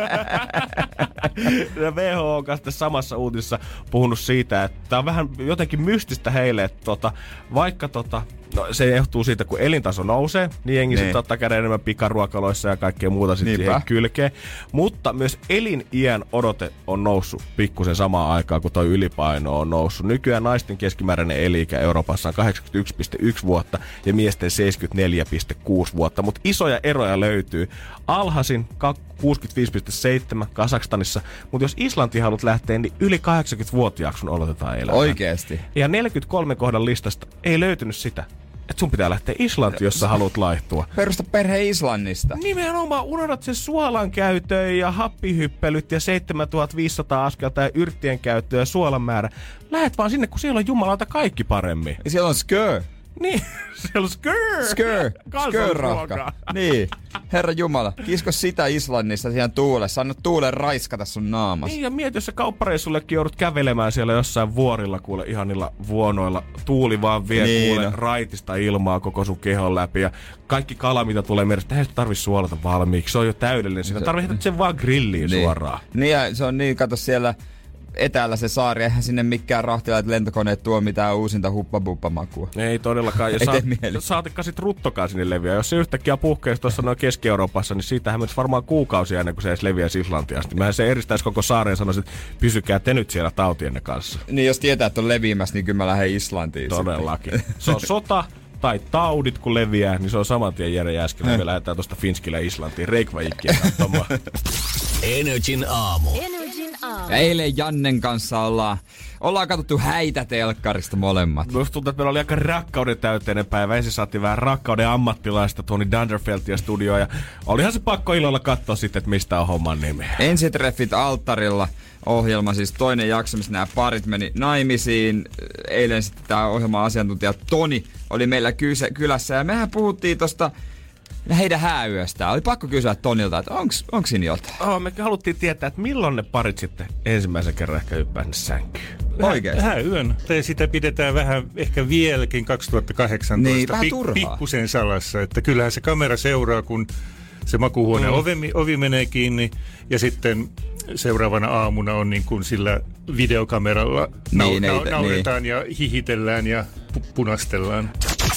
Speaker 4: W H O on kanssa samassa uutisessa puhunut siitä, että tää on vähän jotenkin mystistä heille, että tota, vaikka tota, no, se johtuu siitä, kun elintaso nousee, niin jengi sitten ottaa käden enemmän pikaruokaloissa ja kaikkea muuta sitten siihen kylkeen. Mutta myös eliniän odote on noussut pikkusen samaan aikaan, kun toi ylipaino on noussut. Nykyään naisten keskimääräinen eli-ikä Euroopassa on kahdeksankymmentäyksi pilkku yksi vuotta ja miesten seitsemänkymmentäneljä pilkku kuusi vuotta. Mutta isoja eroja löytyy. Alhaisin kuusikymmentäviisi pilkku seitsemän Kazakstanissa, mutta jos Islantiin haluat lähteä, niin yli kahdeksankymmentävuotiaaksi sun odotetaan elämään.
Speaker 5: Oikeesti?
Speaker 4: Ja neljäkymmentäkolme kohdan listasta ei löytynyt sitä, että sun pitää lähteä Islantiin, jos sä haluat laihtua.
Speaker 5: Perusta perhe Islannista.
Speaker 4: Nimenomaan unohdat sen suolan käytön ja happihyppelyt ja seitsemäntuhattaviisisataa askelta ja yrttien käyttö ja suolan määrä. Lähet vaan sinne, kun siellä on jumalauta kaikki paremmin.
Speaker 5: Ja siellä on skö.
Speaker 4: Niin, siellä on skör.
Speaker 5: Skör. Skörrahka. Niin. Herra Jumala, kisko sitä Islannissa siihen tuulessa. Anna tuulen raiskata sun naamas.
Speaker 4: Niin, ja mieti, jos sä kauppareissullekin joudut kävelemään siellä jossain vuorilla, kuule, ihanilla vuonoilla. Tuuli vaan vie, niin, kuule, no. raitista ilmaa koko sun kehon läpi. Ja kaikki kala, mitä tulee merestä, eihän tarvi suolata valmiiksi. Se on jo täydellinen. Sitä tarvii heittää sen vaan grilliin
Speaker 5: niin.
Speaker 4: suoraan.
Speaker 5: Niin, ja se on niin, kato siellä etäällä se saari, eihän sinne mikään rahtilait lentokoneet tuo mitään uusinta huppabuppamakkua.
Speaker 4: Ei todellakaan. Ja saat, saatikka sit ruttokaan sinne leviä. Jos se yhtäkkiä puhkeisi tuossa noin Keski-Euroopassa, niin siitähän menisi varmaan kuukausia ennen kuin se edes leviäisi Islantiin asti. Mähän se eristäisi koko saaren ja sanoisi, että pysykää te nyt siellä tautienne kanssa.
Speaker 5: Niin jos tietää, että on leviämässä, niin kyllä mä lähden Islantiin.
Speaker 4: Todellakin. Sitten. Se on sota tai taudit, kun leviää, niin se on saman tien Jere Jääskelä. Me lähdetään tuosta Finskille Islantiin Reykjavikkia katsomaan.
Speaker 3: Energin aamu.
Speaker 5: Ja eilen Jannen kanssa ollaan, ollaan katsottu häitä telkkarista molemmat.
Speaker 4: Musta tuntuu, että meillä oli aika rakkauden täyteinen päivä. Ensin saatiin vähän rakkauden ammattilaista Tony Dunderfeltia studioon. Ja olihan se pakko ilolla katsoa sitten, että mistä on homman nimi.
Speaker 5: Ensitreffit alttarilla ohjelma, siis toinen jakso, missä nämä parit meni naimisiin. Eilen sitten tämä ohjelman asiantuntija Toni oli meillä kysä, kylässä. Ja mehän puhuttiin tosta heidän hääyöstään. Oli pakko kysyä Tonilta, että onks, onks siinä jotain?
Speaker 4: Oh, me haluttiin tietää, että milloin ne parit sitten ensimmäisen kerran ehkä hyppää sinne sänkyyn.
Speaker 5: Oikeesti?
Speaker 6: Hääyön. Tai sitä pidetään vähän ehkä vieläkin kaksituhattakahdeksantoista.
Speaker 5: Niin, vähän
Speaker 6: Pik-
Speaker 5: turhaa.
Speaker 6: Pikkusen salassa. Että kyllähän se kamera seuraa, kun se makuuhuoneen mm. ovi, ovi menee kiinni. Ja sitten seuraavana aamuna on niin kuin sillä videokameralla
Speaker 5: niin,
Speaker 6: nau-
Speaker 5: neitä,
Speaker 6: nauretaan
Speaker 5: niin.
Speaker 6: ja hihitellään ja pu- punastellaan.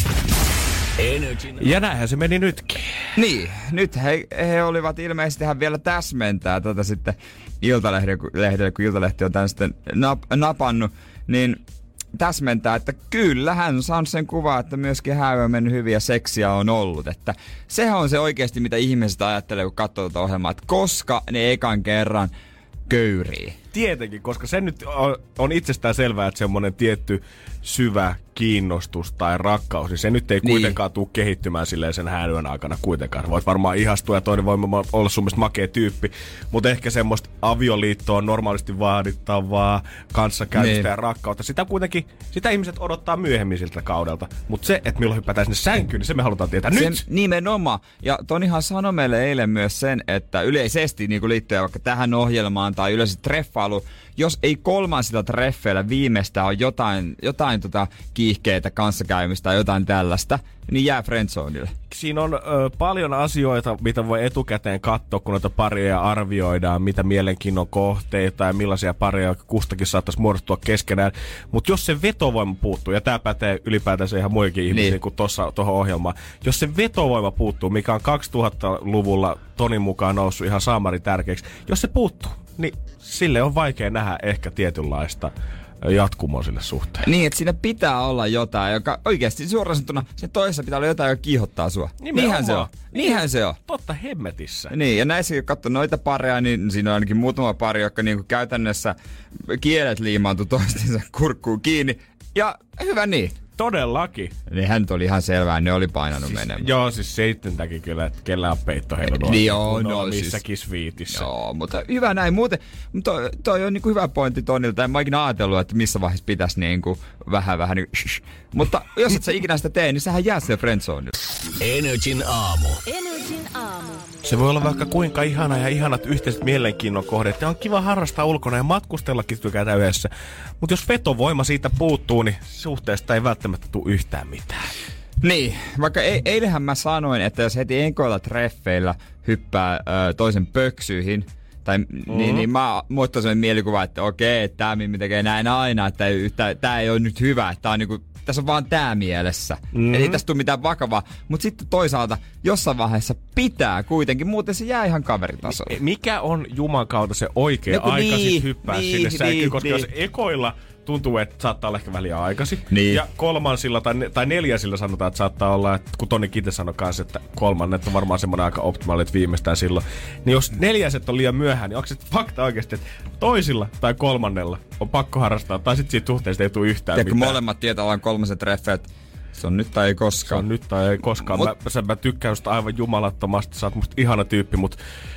Speaker 4: Ja näinhän se meni nytkin.
Speaker 5: Niin, nyt he, he olivat ilmeisesti hän vielä täsmentää tätä sitten Iltalehdelle, kun Iltalehti on tämän sitten nap, napannut, niin täsmentää, että kyllä hän on saanut sen kuvaa, että myöskin hääyö on mennyt hyvin ja seksiä on ollut. Että sehän on se oikeasti, mitä ihmiset ajattelee, kun katsoo tätä ohjelmaa, että koska ne ekan kerran köyrii.
Speaker 4: Tietenkin, koska se nyt on, on itsestään selvää, että semmoinen tietty syvä kiinnostus tai rakkaus, niin se nyt ei kuitenkaan niin. tule kehittymään silleen sen hääyön aikana kuitenkaan. Voit varmaan ihastua ja toinen voi olla sun mielestä makea tyyppi, mutta ehkä semmoista avioliittoa normaalisti vaadittavaa kanssakäymistä niin. ja rakkautta. Sitä kuitenkin, sitä ihmiset odottaa myöhemmin siltä kaudelta. Mutta se, että milloin hypätään sinne sänkyyn, niin se me halutaan tietää
Speaker 5: sen
Speaker 4: nyt.
Speaker 5: Nimenomaan. Ja Tonihan sanoi meille eilen myös sen, että yleisesti niin kuin liittyen vaikka tähän ohjelmaan tai yleisesti treffailu, jos ei kolmansilla treffeillä viimeistään on jotain, jotain tota kiihkeitä kanssakäymistä tai jotain tällaista, niin jää friendzoneille.
Speaker 4: Siinä on ö, paljon asioita, mitä voi etukäteen katsoa, kun noita pareja arvioidaan, mitä mielenkiinnon kohteita ja millaisia pareja kustakin saattaisi muodostua keskenään. Mutta jos se vetovoima puuttuu, ja tämä pätee ylipäätänsä ihan muihinkin ihmisiin niin. kuin tuohon ohjelmaan, jos se vetovoima puuttuu, mikä on kaksituhattaluvulla Tonin mukaan noussut ihan saamari tärkeäksi, jos se puuttuu, niin sille on vaikea nähdä ehkä tietynlaista jatkumoa sille suhteen.
Speaker 5: Niin, että siinä pitää olla jotain, joka oikeasti suoraan sanottuna, sen toisessa pitää olla jotain, joka kiihottaa sua.
Speaker 4: Nimenomaan.
Speaker 5: Niinhän se on. Niinhän se on.
Speaker 4: Totta hemmetissä.
Speaker 5: Niin, ja näissä kun katsoo noita pareja, niin siinä on ainakin muutama pari, jotka niinku käytännössä kielet liimaantuu toistensa kurkkuun kiinni. Ja hyvä niin.
Speaker 4: Todellakin.
Speaker 5: Niin hän oli ihan selvää, ne oli painanut siis, menemään.
Speaker 4: Joo, siis seittäntäkin kyllä, että kellään on peitto heilunut.
Speaker 5: Niin joo, no
Speaker 4: missäkin
Speaker 5: siis,
Speaker 4: sviitissä.
Speaker 5: Joo, mutta hyvä näin. Muuten, toi, toi on niinku hyvä pointti Tonilta. En mä ikinä ajatellut, että missä vaiheessa pitäisi niinku vähän vähän niinku shh. Mutta jos et sä ikinä sitä tee, niin sähän jää siellä friendzoneilla.
Speaker 3: Energin aamu.
Speaker 7: Energin aamu.
Speaker 4: Se voi olla vaikka kuinka ihana ja ihanat yhteiset mielenkiinnon kohdeet. Ja on kiva harrastaa ulkona ja matkustellakin tykätä yhdessä. Mutta jos vetovoima siitä puuttuu, niin suhteesta ei välttämättä tule yhtään mitään.
Speaker 5: Niin, vaikka e- eilenhän mä sanoin, että jos heti enkoilla treffeillä hyppää ö, toisen pöksyihin, tai mm-hmm. niin, niin mä muistan sellainen mielikuva, että okei, että tämä Mimmi tekee näin aina, että tämä ei ole nyt hyvä, että tää on niinku, tässä on vaan tää mielessä. Mm-hmm. Eli ei tästä tule mitään vakavaa. Mutta sitten toisaalta jossain vaiheessa pitää kuitenkin, muuten se jää ihan kaveritasolle.
Speaker 4: Mikä on Juman kautta se oikea no, aika niin, sit hyppää niin, sinne sänkyyn, niin, koska niin. Jos ekoilla tuntuu, että saattaa olla ehkä väliä aikaisin. Niin. Ja kolmansilla tai, tai neljäsillä sanotaan, että saattaa olla, että kun Toni Kite sanoi kanssa, että kolmannet on varmaan semmoinen aika optimaali, että viimeistään silloin. Niin jos neljäset on liian myöhään, niin onko se fakta oikeasti, että toisilla tai kolmannella on pakko harrastaa, tai sitten siitä suhteesta ei tule yhtään
Speaker 5: ja
Speaker 4: mitään.
Speaker 5: Ja kun molemmat tietää vaan kolmaset treffeet, se on nyt tai ei koskaan.
Speaker 4: Se on nyt tai ei koskaan. Mut... Mä, mä tykkään sitä aivan jumalattomasti, sä oot musta ihana tyyppi, mutta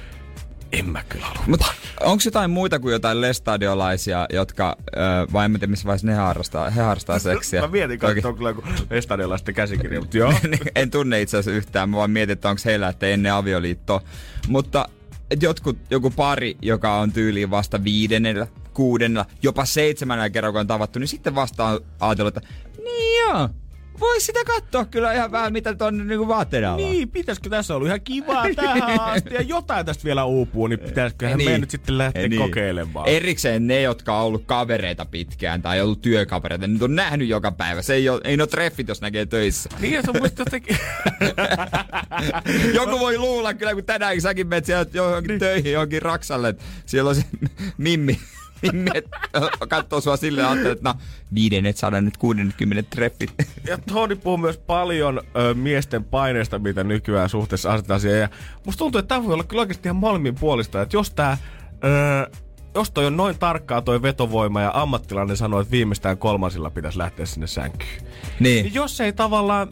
Speaker 4: en mä kyllä halua.
Speaker 5: Mutta onko jotain muita kuin jotain lestadiolaisia, jotka, öö, vai en tiedä missä vaiheessa ne harrastaa, he harrastaa seksiä?
Speaker 4: Mä mietin, että on kyllä joku lestadiolaisten käsikirja, mutta joo.
Speaker 5: En tunne itse asiassa yhtään, mä vaan mietin, että onko heillä, että ennen avioliittoa. Mutta jotkut, joku pari, joka on tyyliin vasta viidennellä, kuudennella, jopa seitsemännellä kerran, kun on tavattu, niin sitten vasta on ajatellut, että niin joo. Vois sitä katsoa kyllä ihan vähän, mitä tuonne niinku vaatteena on.
Speaker 4: Niin, pitäisikö tässä ollut ihan kivaa tähän asti ja jotain tästä vielä uupuu, niin pitäisiköhän niin. Me nyt sitten lähteä niin. kokeilemaan.
Speaker 5: Erikseen ne, jotka on ollut kavereita pitkään tai ollut työkavereita, niin on nähnyt joka päivä. Se ei ole, ei ole treffit, jos näkee töissä.
Speaker 4: Niin, se on muista jotenkin.
Speaker 5: Joku voi luulla kyllä, kun tänään säkin menet siellä johonkin niin. töihin, johonkin Raksalle, että siellä on se Mimmi. Katsoo sua silleen, ajattelee, että no, viidennet saadaan nyt kuudenkymmenen treffit.
Speaker 4: Ja Toni puhuu myös paljon ö, miesten paineista, mitä nykyään suhteessa asetetaan siihen. Ja musta tuntuu, että tämä voi olla kyllä oikeasti ihan molemmin puolista. Että jos tää, ö, jos toi on noin tarkkaa toi vetovoima ja ammattilainen sanoo, että viimeistään kolmansilla pitäisi lähteä sinne sänkyyn.
Speaker 5: Niin.
Speaker 4: Niin jos ei tavallaan...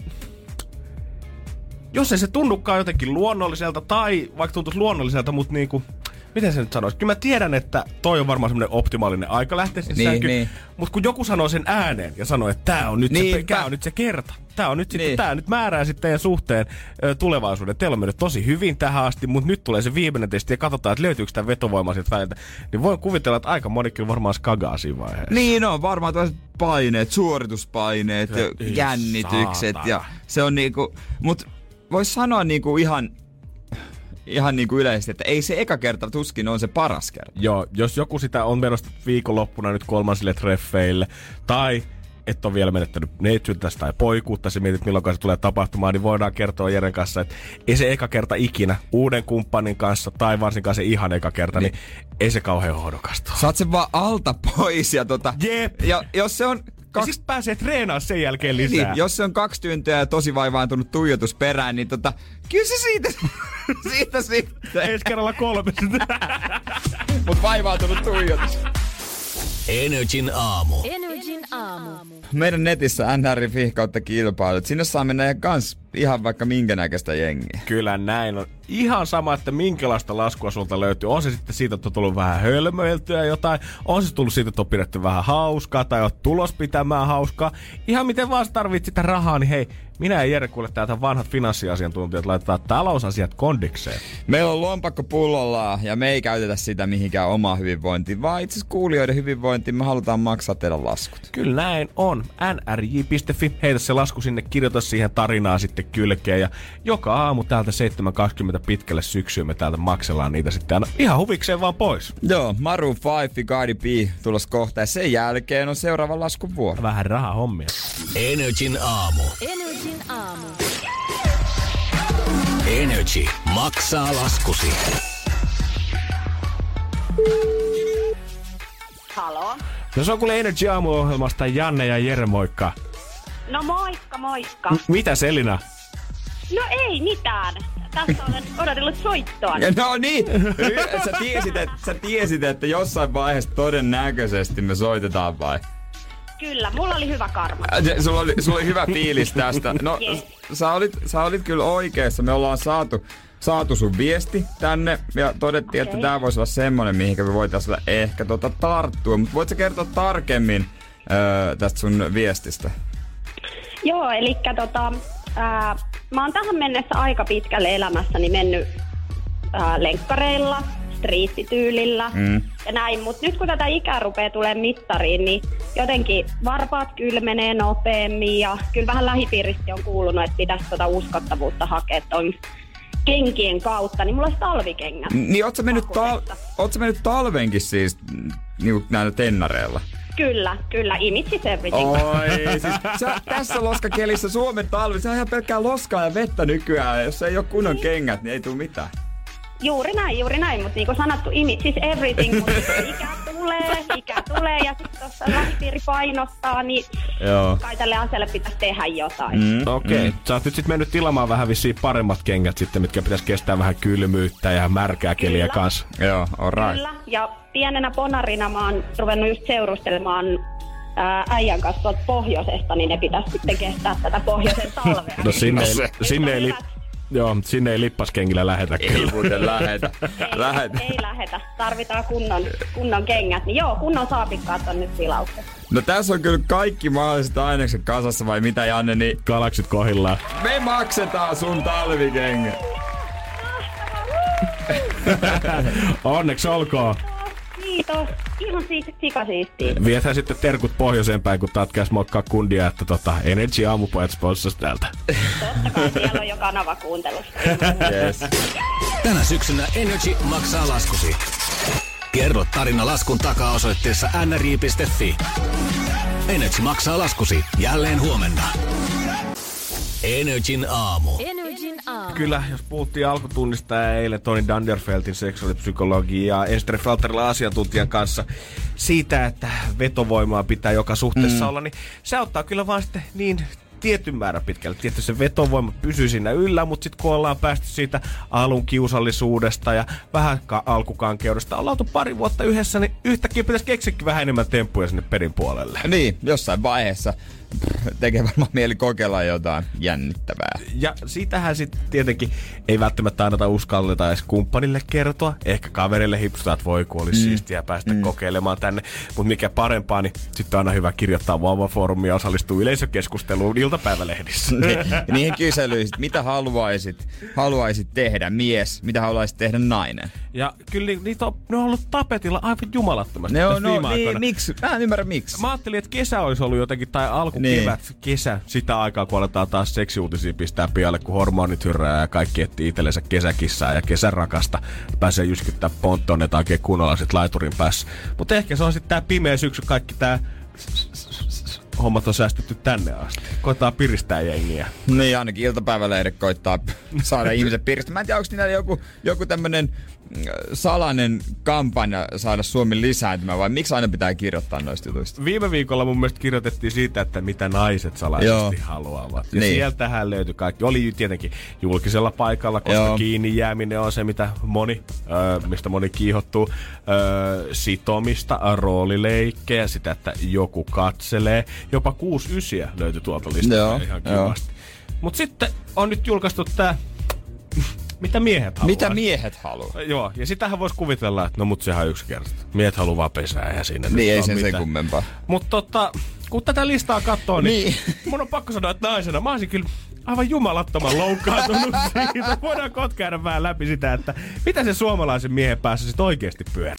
Speaker 4: Jos ei se tunnukaan jotenkin luonnolliselta, tai vaikka tuntuisi luonnolliselta, mutta niinku... Miten se nyt sanoisi? Kyllä mä tiedän, että toi on varmaan semmoinen optimaalinen aika lähteä sinne
Speaker 5: niin,
Speaker 4: sänkyyn.
Speaker 5: Niin.
Speaker 4: Mutta kun joku sanoo sen ääneen ja sanoo, että tää on nyt, niin, se, tää on nyt se kerta. Tää on nyt, niin. sitten, tää nyt määrää sitten teidän suhteen ö, tulevaisuuden. Teillä on mennyt tosi hyvin tähän asti, mutta nyt tulee se viimeinen testi ja katsotaan, että löytyykö sitä vetovoimaa sieltä väliltä. Niin voin kuvitella, että aika moni kyllä varmaan skagaa siinä vaiheessa.
Speaker 5: Niin on, varmaan tällaiset paineet, suorituspaineet, ja, jännitykset saatana. Ja se on niinku, mut vois sanoa niinku ihan... Ihan niin kuin yleisesti, että ei se eka kerta tuskin on se paras kerta.
Speaker 4: Joo, jos joku sitä on menossa viikonloppuna nyt kolmansille treffeille, tai et ole vielä menettänyt neitsyyttä tai poikuutta, se mietit milloin se tulee tapahtumaan, niin voidaan kertoa Jeren kanssa, että ei se eka kerta ikinä uuden kumppanin kanssa, tai varsinkaan se ihan eka kerta, niin, niin ei se kauhean hohdokasta.
Speaker 5: Saat sen vaan alta pois ja tota...
Speaker 4: Jep.
Speaker 5: Ja jos se on...
Speaker 4: Kaksi... Ja sit pääsee treenaamaan sen jälkeen lisää.
Speaker 5: Niin, jos se on kaksi tyyntöä ja tosi vaivaantunut tuijotus perään, niin tota, kyllä se siitä, siitä sitten.
Speaker 4: Ensi kerralla kolme.
Speaker 5: Mut vaivaantunut tuijotus.
Speaker 3: Energin aamu.
Speaker 7: Energin aamu.
Speaker 5: Meidän netissä N R F kautta kilpailut. Sinne saa mennä kans ihan vaikka minkä näköistä jengiä.
Speaker 4: Kyllä näin on. Ihan sama, että minkälaista laskua sulta löytyy. On se sitten siitä, että on tullut vähän hölmöiltyä jotain. On se tullut siitä, että on pidetty vähän hauskaa tai on tulos pitämään hauskaa. Ihan miten vaan sä tarvit sitä rahaa, niin hei, minä ja Jere kuule täältä vanhat finanssiasiantuntijat laitetaan talousasiat kondikseen.
Speaker 5: Meillä on lompakko pullollaan ja me ei käytetä sitä mihinkään omaa hyvinvointiin, vaan itse asiassa kuulijoiden hyvinvointiin me halutaan maksaa teidän laskut.
Speaker 4: Kyllä näin on. N R J piste F I. Heitä se lasku sinne, kirjoita siihen tarinaa sitten kylkeen. Ja joka aamu täältä seitsemän kaksikymmentä pitkälle syksyyn me täältä maksellaan niitä sitten aina ihan huvikseen vaan pois.
Speaker 5: Joo, Maroon viisi, Cardi B tulos kohta ja sen jälkeen on seuraava laskun vuoro.
Speaker 4: Vähän rahaa hommia.
Speaker 3: Energin aamu.
Speaker 7: Energin aamu.
Speaker 3: Energy maksaa laskusi.
Speaker 8: Halo?
Speaker 4: No se on kuule Energy aamuohjelmasta Janne ja Jere, moikka.
Speaker 8: No moikka, moikka.
Speaker 4: M- mitä Selina?
Speaker 8: No ei mitään. Tässä olen odotellut soittoa.
Speaker 5: No niin, sä tiesit, että, sä tiesit, että jossain vaiheessa todennäköisesti me soitetaan vai?
Speaker 8: Kyllä, mulla oli hyvä karma.
Speaker 5: Äh, sulla, oli, sulla oli hyvä fiilis tästä. No,
Speaker 8: Yes.
Speaker 5: sä, olit, sä olit kyllä oikeassa. Me ollaan saatu, saatu sun viesti tänne ja todettiin, okay. että tää voisi olla semmonen, mihinkä me voitaisiin ehkä tota tarttua. Mutta voit sä kertoa tarkemmin öö, tästä sun viestistä?
Speaker 8: Joo, eli tota, ää, mä oon tähän mennessä aika pitkälle elämässäni mennyt ää, lenkkareilla, striittityylillä
Speaker 5: Mm.
Speaker 8: ja näin. Mutta nyt kun tätä ikää rupeaa tulemaan mittariin, niin jotenkin varpaat kylmenee nopeammin ja kyllä vähän lähipiiristä on kuulunut, että pitäisi tota uskottavuutta hakea ton kenkien kautta, niin mulla olisi talvikengät.
Speaker 5: Niin oot sä mennyt, tal-
Speaker 8: Vakuudesta.
Speaker 5: oot sä mennyt talvenkin siis niin näillä tennareilla?
Speaker 8: Kyllä, kyllä, image is everything.
Speaker 5: Oi, siis sä, tässä loskakelissä Suomen talvi, se on ihan pelkkää loskaa ja vettä nykyään. Jos ei ole kunnon kengät, niin ei tule mitään.
Speaker 8: Juuri näin, juuri näin, mutta niin kuin sanottu, image is everything, mutta ikä tulee, ikä tulee ja sitten tuossa lähipiiri painostaa, niin
Speaker 5: Joo.
Speaker 8: kai tälle asialle pitäisi tehdä jotain.
Speaker 5: Mm,
Speaker 4: Okei, okay.
Speaker 5: mm.
Speaker 4: Sä oot nyt sit mennyt tilaamaan vähän vissiin paremmat kengät sitten, mitkä pitäisi kestää vähän kylmyyttä ja märkää keliä
Speaker 8: Kyllä.
Speaker 4: kanssa.
Speaker 5: Joo, all right.
Speaker 8: Kyllä, ja pienenä ponarina mä oon ruvennut just seurustelemaan ää, äijän kanssa tuolta pohjoisesta, niin ne pitäisi sitten kestää tätä pohjoisen talvea.
Speaker 4: No sinne ei,
Speaker 8: Eli
Speaker 4: sinne ei, li,
Speaker 8: hyvät.
Speaker 4: joo, sinne ei lippaskengillä lähetä
Speaker 5: Ei
Speaker 4: kyllä.
Speaker 5: muuten lähetä.
Speaker 8: Ei,
Speaker 5: lähetä.
Speaker 8: ei lähetä. Tarvitaan kunnon, kunnon kengät. Niin joo, kunnon saapikkaat on nyt tilauksessa.
Speaker 5: No tässä on kyllä kaikki mahdolliset ainekset kasassa vai mitä Janne, niin
Speaker 4: Galaksit kohillaan.
Speaker 5: me maksetaan sun talvikengät.
Speaker 4: Onneksi olkoon.
Speaker 8: Kiitos. Ihan siis sikasiistiä.
Speaker 4: Viethän sitten terkut pohjoiseen päin, kun taat käs mokkaa kundia, että tota, Energy aamupojat sponssas täältä.
Speaker 8: Totta kai siellä on jo kanava kuuntelussa.
Speaker 5: Yes.
Speaker 3: Tänä syksynä Energy maksaa laskusi. Kerro tarina laskun takaa osoitteessa n r j piste f i. Energy maksaa laskusi jälleen huomenna. Energin aamu.
Speaker 7: Energin aamu.
Speaker 4: Kyllä, jos puhuttiin alkutunnista ja eilen Toni Danderfeltin seksuaalipsykologi ja Esther Felterilla asiantuntijan kanssa siitä, että vetovoimaa pitää joka suhteessa mm. olla, niin se auttaa kyllä vaan sitten niin tietyn määrän pitkälle. Tietysti se vetovoima pysyy siinä yllä, mutta sitten kun ollaan päästy siitä alun kiusallisuudesta ja vähän ka- alkukankeudesta, ollaan oltu pari vuotta yhdessä, niin yhtäkkiä pitäisi keksiäkin vähän enemmän temppuja sinne perin puolelle.
Speaker 5: Niin, jossain vaiheessa tekee varmaan mieli kokeilla jotain jännittävää.
Speaker 4: Ja sitähän sitten tietenkin ei välttämättä aina uskalleta edes kumppanille kertoa. Ehkä kaverille hipsutaan, että voi kun olisi mm. siistiä päästä mm. kokeilemaan tänne. Mutta mikä parempaa, niin sitten on aina hyvä kirjoittaa Vauva-foorumia ja osallistua yleisökeskusteluun iltapäivälehdissä.
Speaker 5: Ni- niihin kyselyisit, mitä haluaisit, haluaisit tehdä mies, mitä haluaisit tehdä nainen.
Speaker 4: Ja kyllä niitä on, ne on ollut tapetilla aivan jumalattomasti.
Speaker 5: Ne on,
Speaker 4: tässä
Speaker 5: no,
Speaker 4: viime aikoina.
Speaker 5: niin, miksi? Mä en ymmärrä miksi.
Speaker 4: Mä ajattelin, että kesä olisi ollut jotenkin, tai alkukevät, niin. kesä, sitä aikaa, kun aletaan taas seksiuutisia pistää pialle, kun hormonit hyrrää ja kaikki etsii itsellensä kesäkissaa ja kesärakasta. Pääsee jyskyttää ponttoon, että oikein kunnolla sit laiturin päässä. Mutta ehkä se on sitten tää pimeä syksy, kaikki tää hommat on säästetty tänne asti. Koetaan piristää jengiä.
Speaker 5: Niin, ainakin iltapäivälehdet koittaa saada ihmiset piristä. Mä en tiedä, onko niillä joku, joku tämmönen salainen kampanja saada Suomi lisääntymään, vai miksi aina pitää kirjoittaa noista jutuista?
Speaker 4: Viime viikolla mun mielestä kirjoitettiin siitä, että mitä naiset salaisesti Joo. haluavat. Ja niin. sieltähän löytyi kaikki. Oli tietenkin julkisella paikalla, koska Joo. kiinni jääminen on se, mitä moni, ö, mistä moni kiihottuu. Ö, sitomista, roolileikkejä, sitä, että joku katselee. Jopa kuusi ysiä löytyi tuolta listalta ihan kivasti. Mut sitten on nyt julkaistu tää mitä miehet haluaa.
Speaker 5: Mitä miehet haluaa?
Speaker 4: Joo, ja sitähän voisi kuvitella, että no mut sehän on yksinkertaista. Miehet haluaa vaan pesää ja siinä
Speaker 5: niin, ei
Speaker 4: sen
Speaker 5: sen kummempaa.
Speaker 4: Mutta tota, kun tätä listaa katsoo, niin,
Speaker 5: niin
Speaker 4: mun on pakko sanoa, että naisena mä olisin kyllä aivan jumalattoman loukkaantunut siitä. Voidaan käydä vähän läpi sitä, että mitä se suomalaisen miehen päässä sit oikeesti pyörii.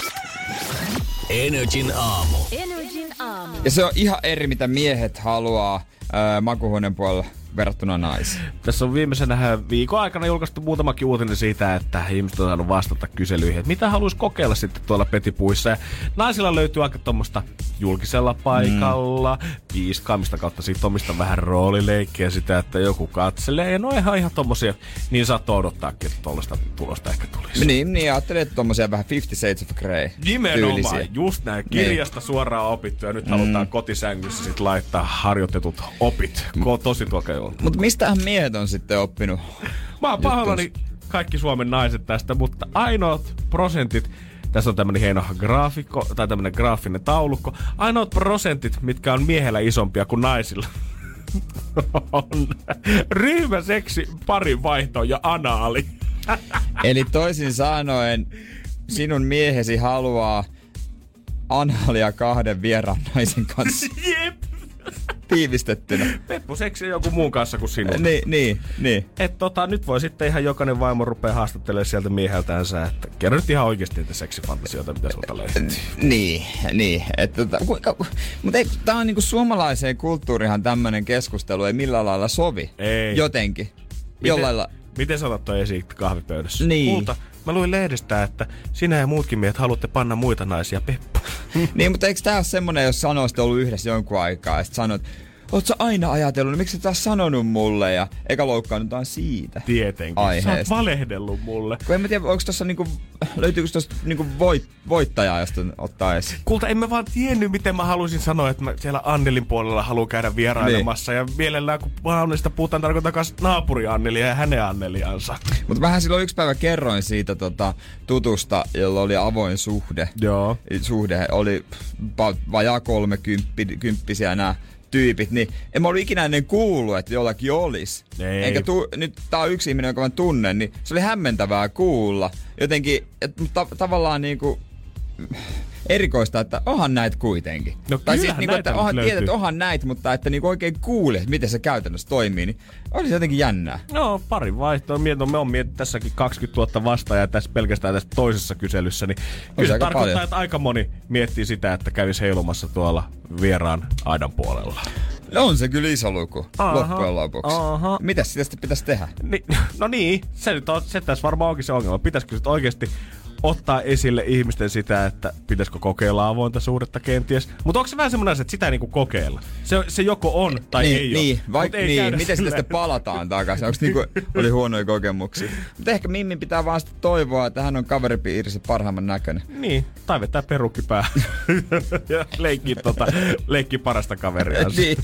Speaker 3: Energin aamu.
Speaker 7: Energin aamu.
Speaker 5: Ja se on ihan eri, mitä miehet haluaa ää, makuuhuoneen puolella verrattuna naisiin.
Speaker 4: Tässä on viimeisenä viikon aikana julkaistu muutamakin uutinen siitä, että ihmiset on saanut vastata kyselyihin, että mitä haluaisi kokeilla sitten tuolla petipuissa. Ja naisilla löytyy aika tuommoista julkisella paikalla, mm. piiskaamista kautta sitomista, vähän roolileikkiä sitä, että joku katselee. Ja no ihan ihan tommosia, niin saattaa odottaakin, että tuollaista tulosta ehkä tulisi.
Speaker 5: Niin, niin ajattelin, että tommosia vähän Fifty Shades of Grey
Speaker 4: Nimenomaan,
Speaker 5: tyylisiä.
Speaker 4: Just näin. Kirjasta niin. Suoraan opittu ja nyt mm. halutaan kotisängyssä sit laittaa harjoitetut opit. Ko- tosi kokeilun.
Speaker 5: Mutta mistähän miehet on sitten oppinut?
Speaker 4: Mä oon pahoillani kaikki Suomen naiset tästä, mutta ainoat prosentit, Tässä on tämmönen hieno graafikko, tai tämmönen graafinen taulukko. Ainoat prosentit, mitkä on miehellä isompia kuin naisilla, on ryhmäseksi, parin vaihto ja anaali.
Speaker 5: Eli toisin sanoen, sinun miehesi haluaa anaalia kahden vieraan naisen kanssa.
Speaker 4: Jep.
Speaker 5: Tiivistettynä.
Speaker 4: Peppuseksi joku muun kanssa kuin sinun.
Speaker 5: Niin, niin, niin.
Speaker 4: Et tota, nyt voi sitten ihan jokainen vaimo rupea haastattelemaan sieltä mieheltänsä, että kerro nyt ihan oikeesti niitä seksifantasioita, mitä sulta löytyy.
Speaker 5: Niin, niin. Tota, mutta tää on niinku suomalaiseen kulttuurihan tämmönen keskustelu ei millään lailla sovi.
Speaker 4: Ei.
Speaker 5: Jotenkin.
Speaker 4: Miten,
Speaker 5: Jollain la...
Speaker 4: miten sä otat toi esiin kahvipöydässä?
Speaker 5: Niin.
Speaker 4: Multa, mä luin lehdestä, että sinä ja muutkin miehet haluatte panna muita naisia peppu.
Speaker 5: Niin, mutta eikö tää ole semmonen, jos sanoo, että ollut yhdessä jonkun aikaa ja sit sanoo, että oot sä aina ajatellut, niin miksi sä taas sanonut mulle ja eikä loukkaannutaan siitä
Speaker 4: Tietenkin.
Speaker 5: aiheesta.
Speaker 4: Sä oot valehdellut mulle.
Speaker 5: Kun en mä tiedä, onko tossa niinku, löytyykö tosta niinku voit, voittajaa, josta ottaa esiin?
Speaker 4: Kulta, en mä vaan tiennyt, miten mä haluaisin sanoa, että mä siellä Annelin puolella haluan käydä vierailemassa. Niin. Ja mielellään, kun Annelista puhutaan, tarkoitan kanssa naapuri Annelia ja hänen Anneliansa.
Speaker 5: Mutta vähän silloin yksi päivä kerroin siitä tota, tutusta, jolla oli avoin suhde.
Speaker 4: Joo.
Speaker 5: Suhde oli vajaa kolmekymppisiä nää tyypit, niin en mä ollut ikinä ennen kuullut, että jollakin olisi.
Speaker 4: Ei. Enkä
Speaker 5: tu, nyt tää on yksi ihminen, jonka mä tunnen, niin se oli hämmentävää kuulla. Jotenkin, et, ta, tavallaan niinku erikoista, että onhan näitä kuitenkin.
Speaker 4: No
Speaker 5: tai siis niinku, että onhan, tiedät, että onhan näitä, mutta että niinku oikein kuulee, että miten se käytännössä toimii, niin olisi jotenkin jännää.
Speaker 4: No, pari vaihtoa. Mietin, me on miettinyt tässäkin kaksikymmentätuhatta vastaajaa tässä pelkästään tässä toisessa kyselyssä, niin kyllä se tarkoittaa, paljon. Että aika moni miettii sitä, että kävisi heilumassa tuolla vieraan aidan puolella.
Speaker 5: No on se kyllä iso luku,
Speaker 4: aha,
Speaker 5: loppujen lopuksi.
Speaker 4: Aha.
Speaker 5: Mitäs sitä sitten pitäisi tehdä?
Speaker 4: Ni, no niin, se nyt on, se tässä varmaan onkin se ongelma. Pitäisikö sitten oikeasti ottaa esille ihmisten sitä, että pitäisikö kokeilla avointa suhdetta kenties. Mutta onko se vähän semmoinen asia, että sitä ei niinku kokeilla? Se, se joko on tai
Speaker 5: niin,
Speaker 4: ei
Speaker 5: niin,
Speaker 4: ole.
Speaker 5: Vaik- niin, miten sitä sitten palataan takaisin? Onko niinku, oli huonoja kokemuksia? Mutta ehkä Mimmin pitää vaan sitten toivoa, että hän on kaveripiirissä parhaimman näköinen.
Speaker 4: Niin, tai vetää perukki päähän ja leikki, tota, leikki parasta kaveriansa.
Speaker 5: Niin.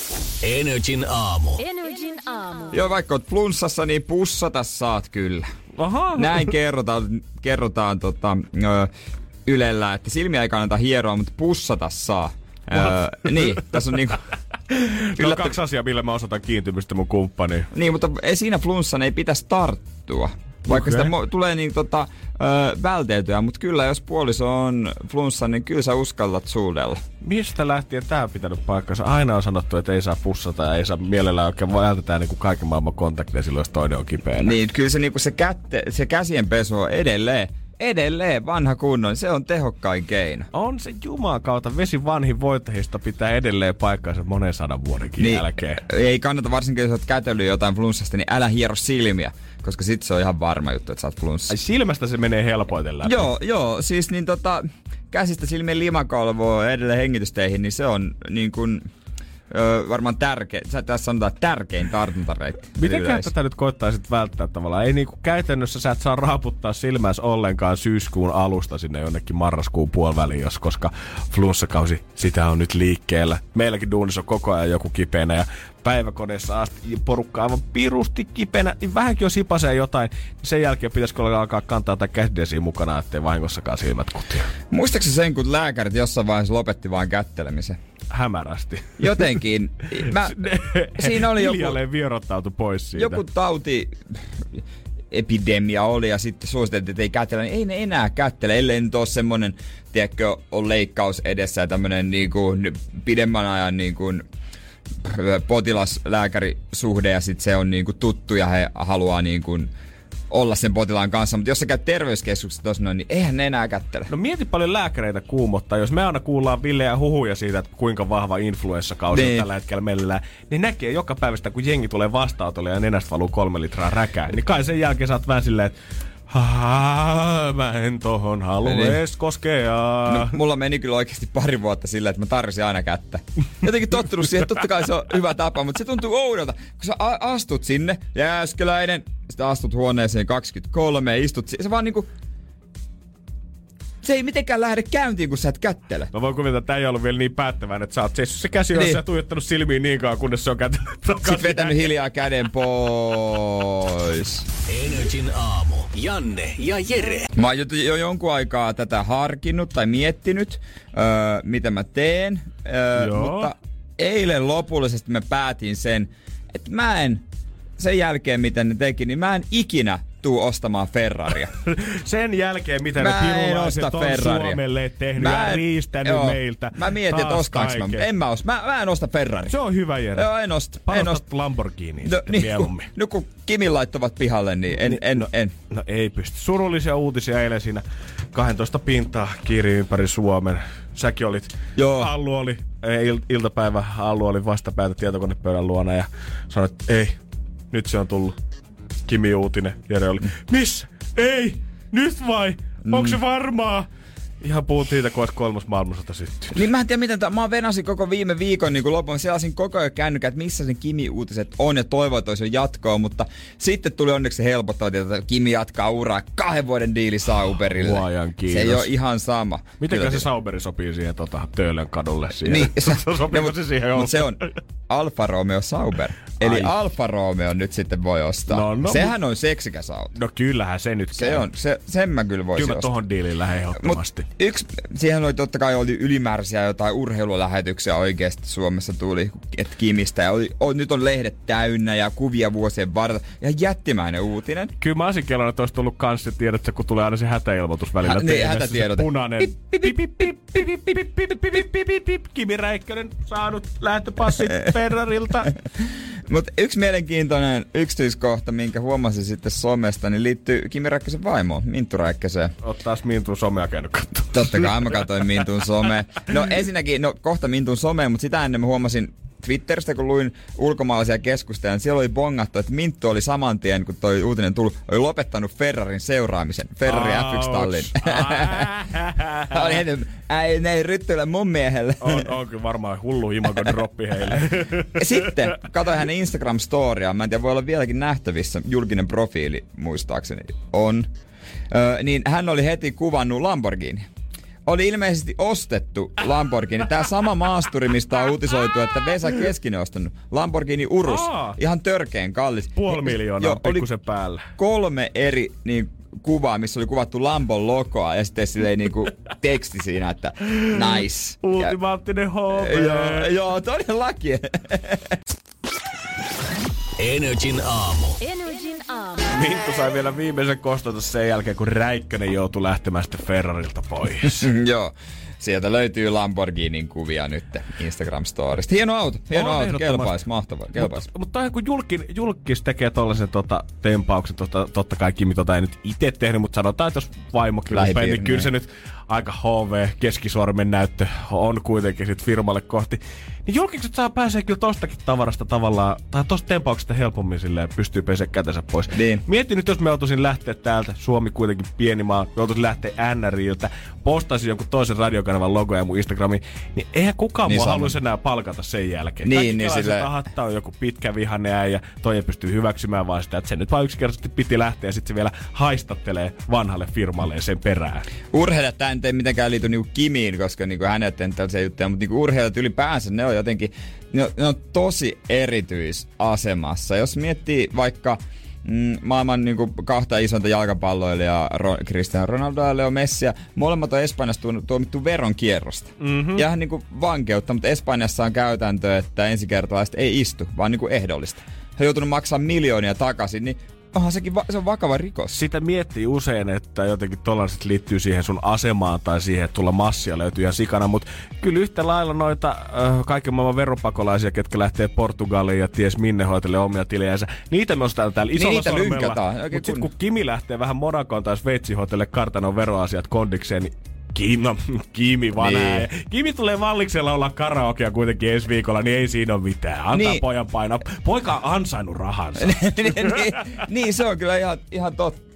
Speaker 3: Energin aamu.
Speaker 7: Energin aamu.
Speaker 5: Joo, vaikka oot flunssassa, niin pussata saat kyllä.
Speaker 4: Aha.
Speaker 5: Näin kerrotaan, kerrotaan tota, ö, Ylellä, että silmiä ei kannata hieroa, mutta pussata saa. Öö, niin, tässä on niinku...
Speaker 4: Yllättä... on kaksi asiaa, millä mä osoitan kiintymystä mun kumppaniin.
Speaker 5: Niin, mutta siinä flunssan ei pitäisi tarttua. Vaikka okay. sitä mo- tulee niin, tota, ö, välteltyä, mutta kyllä jos puoliso on flunssa, niin kyllä sä uskallat suudella.
Speaker 4: Mistä lähtien tää on pitänyt paikkansa? Aina on sanottu, että ei saa pussata ja ei saa mielellään oikein vältetään niin kaiken maailman kontakteja silloin, jos toinen on kipeänä.
Speaker 5: Niin, kyllä se, niin se, kätte, se käsien pesu on edelleen. Edelleen vanha kunnon, se on tehokkain keino.
Speaker 4: On se jumakauta. Vesi vanhin voittajista pitää edelleen paikkansa monen sadan vuodenkin
Speaker 5: niin,
Speaker 4: jälkeen.
Speaker 5: Ei kannata, varsinkin jos olet kätellyt jotain flunssasta, niin älä hiero silmiä. Koska sit se on ihan varma juttu, että sä oot flunssa.
Speaker 4: Ai silmästä se menee helpoiten läpi.
Speaker 5: Joo, joo. Siis niin tota, käsistä silmien limakalvoa edelleen hengitysteihin, niin se on niin kuin... Öö, varmaan tärkein, tässä sanotaan tärkein tartuntareitti.
Speaker 4: Mitenköhän tätä nyt koittaisit välttää tavallaan? Ei niinku käytännössä sä et saa raaputtaa silmässä ollenkaan syyskuun alusta sinne jonnekin marraskuun puoliväliin, jos koska flunssakausi sitä on nyt liikkeellä. Meilläkin duunissa on koko ajan joku kipeänä ja päiväkodeissa asti porukka aivan pirusti kipeänä, niin vähänkin jo sipasee jotain, niin sen jälkeen pitäisikö alkaa kantaa jotain käsidesiä mukana, ettei vahingossakaan silmät kutia.
Speaker 5: Muistaaksä sen, kun lääkärit jossain vaiheessa lopetti vain kättelemisen?
Speaker 4: Hämärästi.
Speaker 5: Jotenkin. Mä, siinä oli joku...
Speaker 4: Hiljalleen vierottautui pois siitä.
Speaker 5: Joku tauti... epidemia oli ja sitten suositeltiin, että ei kätellä, niin ei ne enää kättele, ellei nyt ole semmonen, tiedätkö, on leikkaus edessä ja tämmönen niinku pidemmän ajan niinku potilas-lääkärisuhde ja sit se on niinku tuttu ja he haluaa niinku olla sen potilaan kanssa, mutta jos sä käyt terveyskeskuksessa tuossa noin, niin eihän ne enää kättele.
Speaker 4: No mieti paljon lääkäreitä kuumottaa. Jos me aina kuullaan villejä huhuja siitä, että kuinka vahva influenssakausi niin. on tällä hetkellä meillä, niin näkee joka päivästä, kun jengi tulee vastaanotolle ja nenästä valuu kolme litraa räkää, niin kai sen jälkeen sä oot vähän silleen, että Haa, mä en tohon halua ees koskea.
Speaker 5: No, mulla meni kyllä oikeasti pari vuotta sillä, että mä tarvisin aina kättä. Jotenkin tottunut siihen, totta kai se on hyvä tapa, mutta se tuntuu oudolta. Kun sä a- astut sinne, Jääskeläinen, sitten astut huoneeseen kaksikymmentäkolme ja istut, se vaan niinku... se ei mitenkään lähde käyntiin, kun sä et kättele.
Speaker 4: Mä voin kuvitella, että tää ei ollut vielä niin päättävän, että sä oot seissyt se käsi niin. ja tuijottanut silmiin niin kauan, kunnes se on kätellyt.
Speaker 5: Sitten vetänyt hiljaa käden pois.
Speaker 3: Energin aamu. Janne ja Jere.
Speaker 5: Mä oon jo, jo jonkun aikaa tätä harkinnut tai miettinyt, öö, mitä mä teen. Öö, mutta eilen lopullisesti mä päätin sen, että mä en sen jälkeen, mitä ne teki, niin mä en ikinä tuu ostamaan Ferraria.
Speaker 4: Sen jälkeen, mitä
Speaker 5: mä
Speaker 4: ne pirulaiset on Ferraria. Suomelle tehnyt mä en, ja riistänyt joo, meiltä.
Speaker 5: Mä mietin, että ostaanko mä. En mä osta. Mä, mä en osta Ferraria.
Speaker 4: Se on hyvä, Jere.
Speaker 5: Joo, en osta.
Speaker 4: Panostat
Speaker 5: en osta.
Speaker 4: Lamborghiniin
Speaker 5: no,
Speaker 4: sitten
Speaker 5: niin,
Speaker 4: mieluummin.
Speaker 5: No kun Kimin laittavat pihalle, niin en. en,
Speaker 4: no,
Speaker 5: en.
Speaker 4: no ei pysty. Surullisia uutisia eilen siinä kaksitoista pintaa kiiri ympäri Suomen. Säkin olit.
Speaker 5: Joo.
Speaker 4: Allu oli, il, iltapäivä Allu oli vastapäätä tietokonepöydän luona ja sanoi, että ei, nyt se on tullut. Kimi uutinen. Jere oli, missä? Ei! Nyt vai? Mm. Onko se varmaa? Ihan puhut siitä, kun olisi kolmas maailmansota syttynyt.
Speaker 5: Niin mä en tiedä miten, ta- mä venasin koko viime viikon niin lopun. Selasin koko ajan kännykät, että missä sen Kimi-uutiset on ja toivon, että olisi jo jatkoa, mutta sitten tuli onneksi se helpottava, että Kimi jatkaa uraa kahden vuoden diili Sauberille.
Speaker 4: Luojan kiitos.
Speaker 5: Se ei ole ihan sama.
Speaker 4: Mitenkä se Sauberi sopii siihen tota, Töölön kadulle siihen?
Speaker 5: Niin,
Speaker 4: sopiiko se siihen?
Speaker 5: Mutta se on Alfa Romeo Sauber. Eli Ai. Alfa Romeo nyt sitten voi ostaa. No, no, Sehän mut... on seksikäs auto.
Speaker 4: No kyllähän se nyt
Speaker 5: se käy. On, se, sen mä kyllä voisin
Speaker 4: kyllä
Speaker 5: ostaa.
Speaker 4: Kyllä tohon diiliin lähden ehdottomasti.
Speaker 5: Yksi, siihen oli totta kai oli ylimääräisiä jotain urheilulähetyksiä oikeasti Suomessa tuli, että Kimistä. Ja oli, oli, nyt on lehdet täynnä ja kuvia vuosien varrella. Ihan jättimäinen uutinen.
Speaker 4: Kyllä mä olisin kelannut, että olisi tullut kans tiedät, kun tulee aina se hätäilmoitus välillä.
Speaker 5: Hä, niin, hätätiedote.
Speaker 4: Punainen. Kimi Räikkönen saanut lähtöpassit Ferrarilta.
Speaker 5: Mutta yksi mielenkiintoinen yksityiskohta, minkä huomasin sitten somesta, niin liittyy Kimi Räikkösen vaimoon, Minttu Räikköseen.
Speaker 4: Oot taas Mintun somea käynyt katsomaan.
Speaker 5: Totta kai mä katsoin Mintun somea. No ensinnäkin, no kohta Mintun somea, mutta sitä ennen mä huomasin Twitteristä, kun luin ulkomaalaisia keskusteluja, niin siellä oli bongattu, että Minttu oli saman tien, kun toi uutinen tuli, oli lopettanut Ferrarin seuraamisen. Ferrari F yksi tallin. Oli heti, ei, ne ei ryttyillä mun miehelle.
Speaker 4: On, on kyllä varmaan hullu imago droppi heille.
Speaker 5: Sitten katsoin hänen Instagram-storiaan, mä en tiedä, voi olla vieläkin nähtävissä, julkinen profiili muistaakseni on. Ö, niin hän oli heti kuvannut Lamborghini. Oli ilmeisesti ostettu Lamborghini. Tää sama maasturi, mistä on uutisoitu, että Vesa Keskinen on ostanut Lamborghini Urus. Aa. Ihan törkeen kallis.
Speaker 4: Puoli miljoonaa jo, pikkusen päällä.
Speaker 5: Kolme eri niin, kuvaa, missä oli kuvattu Lambon logoa ja sitten silleen niinku teksti siinä, että nice.
Speaker 4: Ultimaattinen H V.
Speaker 5: Joo, joo, todellakin.
Speaker 3: Energin aamu.
Speaker 7: Energin aamu.
Speaker 4: Minttu sai vielä viimeisen kostotus sen jälkeen, kun Räikkönen joutui lähtemään sitten Ferrarilta pois.
Speaker 5: Joo. Sieltä löytyy Lamborghinin kuvia nyt Instagram-storista. Hieno auto, hieno oh, auto, kelpais, mahtava, kelpais.
Speaker 4: Mutta mut toihan kun julkin, julkis tekee tollasen tota, tempauksen, tota, totta kai Kimi tota ei nyt ite tehnyt, mutta sanotaan, että jos vaimo kyllä päin, niin kyllä se nyt aika H V, keskisormen näyttö on kuitenkin sit firmalle kohti. Niin julkikset saa pääsee kyllä tostakin tavarasta tavallaan, tai tosta tempauksesta helpommin silleen pystyy pesee kätensä pois.
Speaker 5: Niin.
Speaker 4: Mietti nyt, jos me joutuisin lähteä täältä, Suomi kuitenkin pieni maa, joutuisin lähteä N R I:ltä, postaisin jonkun toisen radiokanavan logoja mun Instagramiin, niin eihän kukaan niin mua haluaisi enää palkata sen jälkeen.
Speaker 5: Niin,
Speaker 4: Kaikki
Speaker 5: niin sille...
Speaker 4: että on joku pitkä vihainen äijä, toi ei pysty hyväksymään vaan sitä, että se nyt vaan yksinkertaisesti piti lähteä ja sit se vielä haistattelee vanhalle firmalle sen perään.
Speaker 5: Urheilijat tää ei mitenkään liity niinku Kimiin, koska niinku hänet on tällaisia juttuja, mutta niinku urheilijat ylipäänsä, ne on jotenkin, ne on, ne on tosi erityisasemassa. Jos miettii vaikka mm, maailman niinku kahta isointa jalkapalloilijaa, Ro- Cristiano Ronaldo ja Leo Messiä, molemmat on Espanjassa tuomittu veronkierrosta. Mm-hmm. Ja niinku vankeutta, mutta Espanjassa on käytäntö, että ensikertalaiset ei istu, vaan niinku ehdollista. He on joutunut maksaa miljoonia takaisin, niin onhan sekin va- se on vakava rikos.
Speaker 4: Sitä miettii usein, että jotenkin tollaiset liittyy siihen sun asemaan tai siihen, että tulla massia löytyy ihan sikana, mutta kyllä yhtä lailla noita äh, kaiken maailman veropakolaisia, ketkä lähtee Portugaliin ja ties minne hoitelee omia tilejänsä, niitä me ostetaan täällä isolla
Speaker 5: niitä
Speaker 4: sormella.
Speaker 5: Mutta
Speaker 4: sitten kun... kun Kimi lähtee vähän Monacoon tai Sveitsiin hoitelee kartanon veroasiat kondikseen, niin Kimi, Kimi vaan niin. Kimi tulee Valliksella olla karaokea kuitenkin ensi viikolla, niin ei siinä ole mitään. Antaa niin. pojan painaa. Poika on ansainnut rahansa.
Speaker 5: niin, niin, niin, se on kyllä ihan, ihan totta.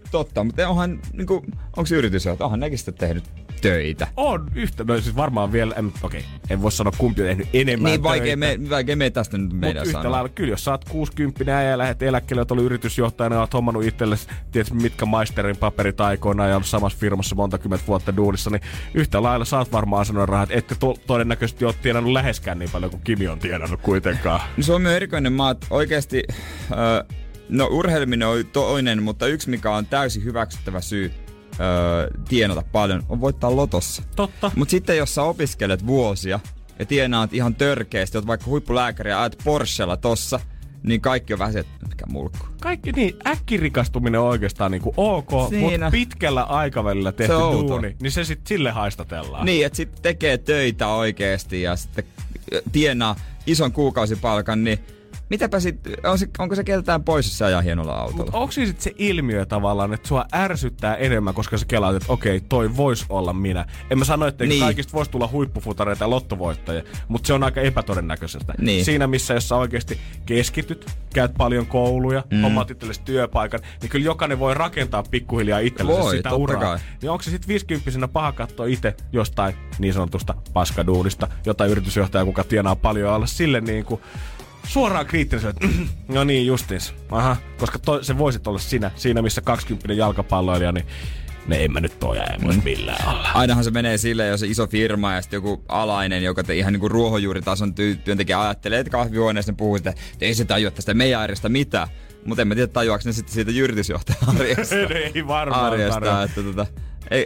Speaker 5: totta, mutta onhan, niinku, onko yritysjohtaja, onhan nekin sitä tehnyt töitä.
Speaker 4: On yhtä, no siis varmaan vielä, en, okei, en voi sanoa kumpi on tehnyt enemmän
Speaker 5: niin, vaikea
Speaker 4: töitä.
Speaker 5: Me, vaikea me tästä nyt meidän
Speaker 4: Mut
Speaker 5: sanoa.
Speaker 4: yhtä lailla, kyllä jos sä oot kuusikymmentä ja lähdet eläkkeelle, oot ollut yritysjohtajana ja oot hommannut itsellesi, tiedät mitkä maisterin paperit aikoinaan ja ollut samassa firmassa monta kymmentä vuotta duunissa, niin yhtä lailla saat varmaan sanoa rahat, ette to- todennäköisesti ole tienannut läheskään niin paljon kuin Kimi on tienannut kuitenkaan.
Speaker 5: No, Suomi on erikoinen maa, oikeasti, äh, no urheileminen on toinen, mutta yksi mikä on täysin hyväksyttävä syy Öö, tienata paljon, on voittaa lotossa.
Speaker 4: Totta.
Speaker 5: Mut sitten jos sä opiskelet vuosia ja tienaat ihan törkeästi, oot vaikka huippulääkäri ja ajat Porschella tossa, niin kaikki on vähän se, että mikä mulkku.
Speaker 4: Kaikki niin, äkkirikastuminen on oikeastaan niinku ok, mutta pitkällä aikavälillä tehty duuni, niin se sit sille haistatellaan.
Speaker 5: Niin, että sit tekee töitä oikeesti ja sitten tienaa ison kuukausipalkan, niin mitäpä sit, on se, onko se keltään pois, jos se ajaa hienolla autolla?
Speaker 4: Mutta onko siis se ilmiö tavallaan, että sua ärsyttää enemmän, koska sä kelaat, että okei, toi vois olla minä. En mä sano, että niin. Kaikista voisi tulla huippufutareita ja lottovoittajia, mutta se on aika epätodennäköisestä. Niin. Siinä missä, jos sä oikeasti keskityt, käyt paljon kouluja, mm. hommaat itsellesi työpaikan, niin kyllä jokainen voi rakentaa pikkuhiljaa itsellesi
Speaker 5: voi,
Speaker 4: sitä uraa.
Speaker 5: Kai.
Speaker 4: Niin onko se sitten viisikymppisenä paha katsoa itse jostain niin sanotusta paskaduunista, jotain yritysjohtajaa, kuka tienaa paljon, olla sille niin kuin suoraan kriittisellä, että no niin justiinsa. Aha, koska toi, se voisit olla sinä, siinä missä kaksikymppinen jalkapalloilija, niin ne en mä nyt toi ei voi millään olla.
Speaker 5: Ainahan se menee silleen, jos on iso firma ja sitten joku alainen, joka te ihan niinku ruohonjuuritason ty- työntekijä ajattelee, että kahvihuoneessa puhuu, että ei se tajua tästä meidän arjesta mitään. Mutta en mä tiedä, tajuaako ne sitten siitä yritysjohtajan arjesta.
Speaker 4: Ei varmaan
Speaker 5: arjesta, että tota, ei,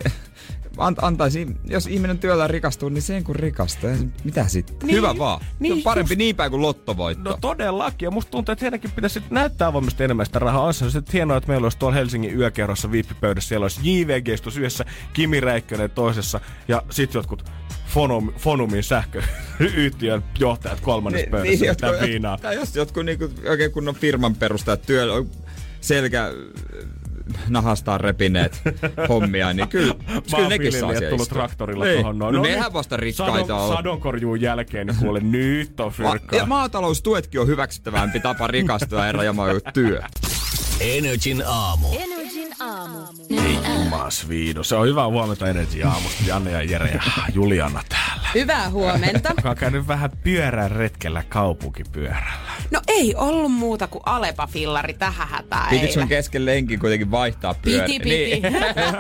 Speaker 5: antaisi, jos ihminen työllä rikastuu, niin sen kun rikastuu. Mitä sitten? Niin, hyvä vaan. Niin, on parempi just niin päin kuin lottovoitto.
Speaker 4: No todellakin. Ja musta tuntuu, että heidänkin pitäisi näyttää avoimesti enemmän sitä rahaa. Olisi se hienoa, että meillä olisi tuolla Helsingin yökerrossa viippipöydässä. Siellä olisi J V G yhdessä, Kimi Räikkönen toisessa ja sit jotkut Fonum, Fonumin sähköyhtiön johtajat kolmannessa niin, pöydässä. Niin, jotkut, viinaa.
Speaker 5: Tai jos jotkut niinku, oikein kunnon firman perustajat työllä selkä nahastaan repineet hommia, niin kyllä, kyllä nekin saa siellä
Speaker 4: tullut traktorilla
Speaker 5: niin.
Speaker 4: tohon noin.
Speaker 5: No,
Speaker 4: no
Speaker 5: nehän
Speaker 4: niin,
Speaker 5: vasta rikkaita
Speaker 4: sadon,
Speaker 5: on.
Speaker 4: Sadonkorjuun jälkeen, niin kuule, nyt on fyrkkaa.
Speaker 5: Ja maataloustuetkin on hyväksyttävämpi tapa rikastua, herra Jama, työ.
Speaker 3: Energin aamu.
Speaker 7: Energin aamu.
Speaker 4: Jumas viido. Se on hyvää huomenta Energin aamusta. Janne ja Jere ja Juliana täällä.
Speaker 9: Hyvää huomenta.
Speaker 4: Joka on käynyt vähän pyörän retkellä kaupunkipyörällä.
Speaker 9: No ei ollut muuta kuin Alepa-fillari tähän hätään.
Speaker 5: Pitikö sun kesken lenkin kuitenkin vaihtaa pyörä?
Speaker 9: Piti, piti. Niin.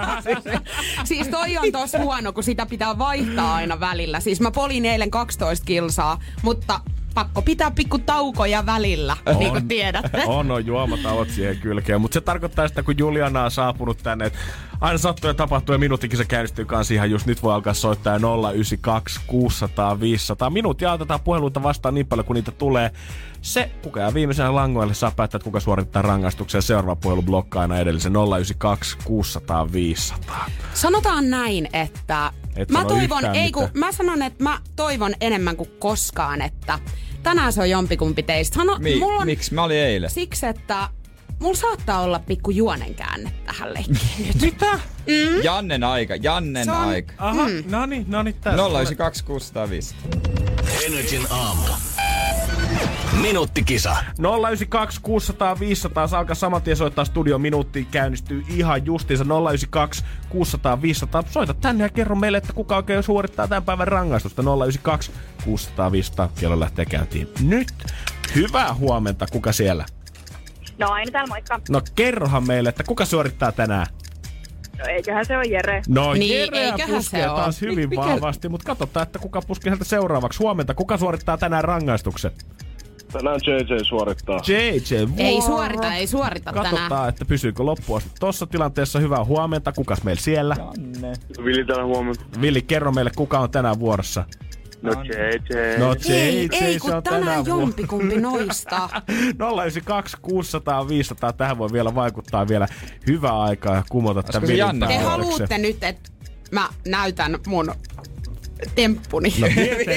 Speaker 9: Siis toi on tos huono, kun sitä pitää vaihtaa aina välillä. Siis mä polin eilen kaksitoista kilsaa, mutta pakko pitää pikku taukoja välillä, on, niin kuin tiedätte.
Speaker 4: On, on juomatauot siihen kylkeen. Mutta se tarkoittaa sitä, kun Juliana on saapunut tänne, että aina sattuu ja tapahtuu ja minuuttikin se käynnistyy kanssa ihan just. Nyt voi alkaa soittaa nolla yhdeksän kaksi kuusisataa viisisataa. Minuuttia otetaan puheluita vastaan niin paljon, kun niitä tulee. Se, kuka jää viimeisenä langoille, saa päättää, että kuka suorittaa rangaistuksen. Seuraava puhelu blokkaa aina edellisen nolla yhdeksän kaksi kuusisataa viisisataa.
Speaker 9: Sanotaan näin, että
Speaker 4: Et
Speaker 9: mä toivon, ei kun, mä sanon, että mä toivon enemmän kuin koskaan, että tänään se on jompikumpi teistä. Sano,
Speaker 5: Mi-
Speaker 9: mulla on
Speaker 5: miksi? Mä olin eilen.
Speaker 9: Siksi, että mulla saattaa olla pikku juonen käänne tähän leikkiin nyt.
Speaker 4: Mitä?
Speaker 5: Mm? Jannen aika, Jannen
Speaker 9: on,
Speaker 5: aika.
Speaker 4: Aha, mm. no niin, no niin.
Speaker 5: nolla yhdeksän kaksi kuusisataa viisisataa.
Speaker 3: Energin aamu. Minuuttikisa.
Speaker 4: nolla yhdeksän kaksi kuusisataa viisisataa. Saa alkaa saman tien soittaa studio. Minuutti käynnistyy ihan justiinsa. nolla yhdeksän kaksi kuusisataa viisisataa. Soita tänne ja kerro meille, että kuka oikein suorittaa tämän päivän rangaistusta. nolla yhdeksän kaksi kuusisataa viisisataa. Kello lähtee käyntiin nyt. Hyvää huomenta. Kuka siellä?
Speaker 8: No Aino täällä, moikka.
Speaker 4: No kerrohan meille, että kuka suorittaa tänään?
Speaker 8: No eiköhän se ole Jere.
Speaker 4: No
Speaker 9: niin,
Speaker 4: Jereä puskee taas hyvin Mikä? vahvasti, mutta katsotaan, että kuka puskee sieltä seuraavaksi. Huomenta, kuka suorittaa tänään rangaistuksen?
Speaker 10: Tänään J J suorittaa.
Speaker 4: J J, vuoro.
Speaker 9: Ei suorita, ei suorita tänään.
Speaker 4: Katsotaan, että pysyykö loppuun asti tossa tilanteessa. Hyvää huomenta. Kukas meillä siellä?
Speaker 10: Janne. Vili tänään huomenta.
Speaker 4: Vili, kerro meille, kuka on tänään vuorossa.
Speaker 10: No J J.
Speaker 4: No J J,
Speaker 9: ei, ei,
Speaker 4: se on
Speaker 9: tänään, tänään
Speaker 4: vu-
Speaker 9: jompikumpi noista.
Speaker 4: nolla yhdeksän kaksi kuusisataa viisisataa. Tähän voi vielä vaikuttaa vielä hyvää aikaa ja kumota tämän Vilin.
Speaker 9: Te haluatte nyt, että mä näytän mun temppuni.
Speaker 4: No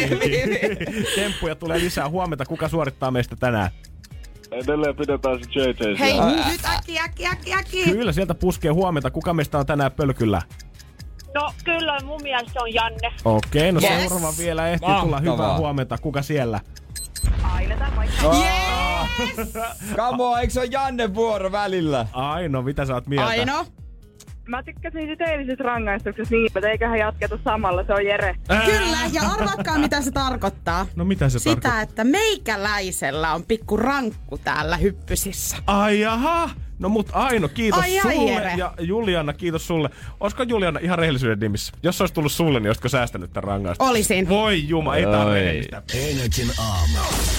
Speaker 4: temppuja tulee lisää. Huomenta, kuka suorittaa meistä tänään?
Speaker 10: Edelleen pidetään se J J.
Speaker 9: Hei, äh. nyt äkki, äkki, äkki, äkki.
Speaker 4: Kyllä, sieltä puskee huomenta. Kuka meistä on tänään pölkyllä?
Speaker 8: No kyllä, mun mielestä se on Janne.
Speaker 4: Okei, no
Speaker 9: yes.
Speaker 4: Seuraava vielä ehti
Speaker 5: Mahtavaa.
Speaker 4: tulla. Hyvää huomenta. Kuka siellä?
Speaker 8: Aina täällä, moikka.
Speaker 9: Yeah!
Speaker 5: Kamo, eikö se ole Janne vuoro välillä?
Speaker 4: Aino, mitä sä oot mieltä?
Speaker 9: Aino?
Speaker 11: Mä tykkäsin siitä eilisestä rangaistuksesta niin, että eiköhän jatketa samalla, se on Jere.
Speaker 9: Ää. Kyllä, ja arvatkaa mitä se tarkoittaa.
Speaker 4: No mitä se
Speaker 9: Sitä,
Speaker 4: tarkoittaa?
Speaker 9: että meikäläisellä on pikku rankku täällä hyppysissä.
Speaker 4: Ai jaha. No mut Aino, kiitos
Speaker 9: ai, ai,
Speaker 4: sulle
Speaker 9: Jere.
Speaker 4: ja Juliana, kiitos sulle. Olisiko Juliana ihan rehellisyyden nimissä? Jos se olisi tullut sulle, niin olisiko säästänyt tämän rangaistuksen?
Speaker 9: Olisin.
Speaker 4: Voi juma, ei tää rehellistä.
Speaker 3: Energin aamu.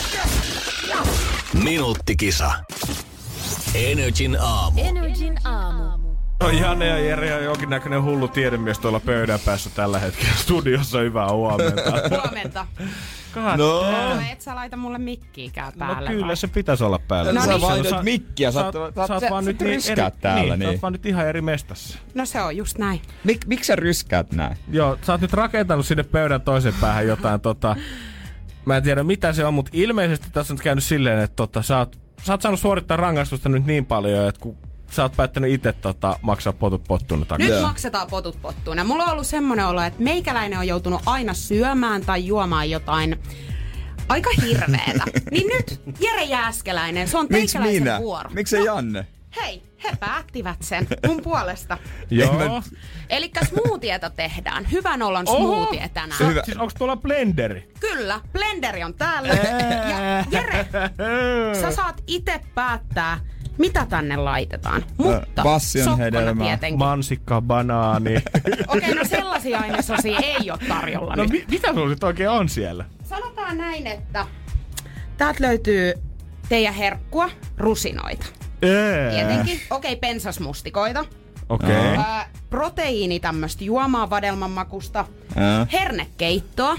Speaker 3: Minuuttikisa. Energin aamu.
Speaker 7: Energin aamu.
Speaker 4: No Janne ja Jere on jonkinnäköinen hullu tiedemies tuolla pöydän päässä tällä hetkellä. Studiossa hyvää huomenta.
Speaker 9: Huomenta.
Speaker 4: God
Speaker 5: No.
Speaker 9: No et sä laita mulle mikkiikään päälle.
Speaker 4: No kyllä
Speaker 9: vai?
Speaker 4: se pitäisi olla päällä.
Speaker 5: No,
Speaker 9: No
Speaker 5: sä
Speaker 9: niin.
Speaker 5: vaan
Speaker 4: Sä-
Speaker 5: nyt mikkiä, sä,
Speaker 4: sä,
Speaker 5: oot-
Speaker 4: sä,
Speaker 5: sä,
Speaker 4: oot
Speaker 5: sä,
Speaker 4: vaan
Speaker 5: sä
Speaker 4: nyt niin
Speaker 5: ryskäät
Speaker 4: eri,
Speaker 5: täällä.
Speaker 4: niin,
Speaker 5: Niin,
Speaker 4: sä oot vaan nyt ihan eri mestassa.
Speaker 9: No se on just näin.
Speaker 5: Mik, miksi sä ryskäät näin?
Speaker 4: Joo, sä oot nyt rakentanut sinne pöydän toisen päähän jotain tota... Mä en tiedä mitä se on, mutta ilmeisesti tässä on käynyt silleen, että tota, sä, oot, sä oot saanut suorittaa rangaistusta nyt niin paljon, että kun sä oot päättänyt itse tota, maksaa potut pottuun takia.
Speaker 9: Nyt
Speaker 5: Joo.
Speaker 9: maksetaan potut pottuun. Ja mulla on ollut semmonen olo, että meikäläinen on joutunut aina syömään tai juomaan jotain aika hirveetä. Niin nyt Jere Jääskeläinen, se on
Speaker 5: Miksi
Speaker 9: teikäläisen
Speaker 5: minä?
Speaker 9: vuoro.
Speaker 5: Miksi se Janne?
Speaker 9: Hei, he päättivät sen mun puolesta.
Speaker 4: Joo.
Speaker 9: Elikkä smoothieta tehdään. Hyvän olon
Speaker 4: Oho!
Speaker 9: smoothie tänään.
Speaker 5: Se hyvä.
Speaker 4: Siis onks tuolla blenderi?
Speaker 9: Kyllä, blenderi on täällä. Ja Jere, sä saat itse päättää, mitä tänne laitetaan. Mutta
Speaker 5: passion
Speaker 9: sokkona
Speaker 5: hedelmää.
Speaker 9: tietenkin.
Speaker 4: Mansikka, banaani.
Speaker 9: Okei, no sellaisia ainesosia ei ole tarjolla
Speaker 4: No
Speaker 9: nyt.
Speaker 4: mi- mitä sulla nyt oikein on siellä?
Speaker 9: Sanotaan näin, että täältä löytyy teidän herkkua, rusinoita.
Speaker 4: Ää.
Speaker 9: Tietenkin. Okei, pensasmustikoita.
Speaker 4: Okei. Okay.
Speaker 9: Ää, proteiini tämmöstä juomaa vadelman makusta.
Speaker 5: Ää.
Speaker 9: Hernekeittoa.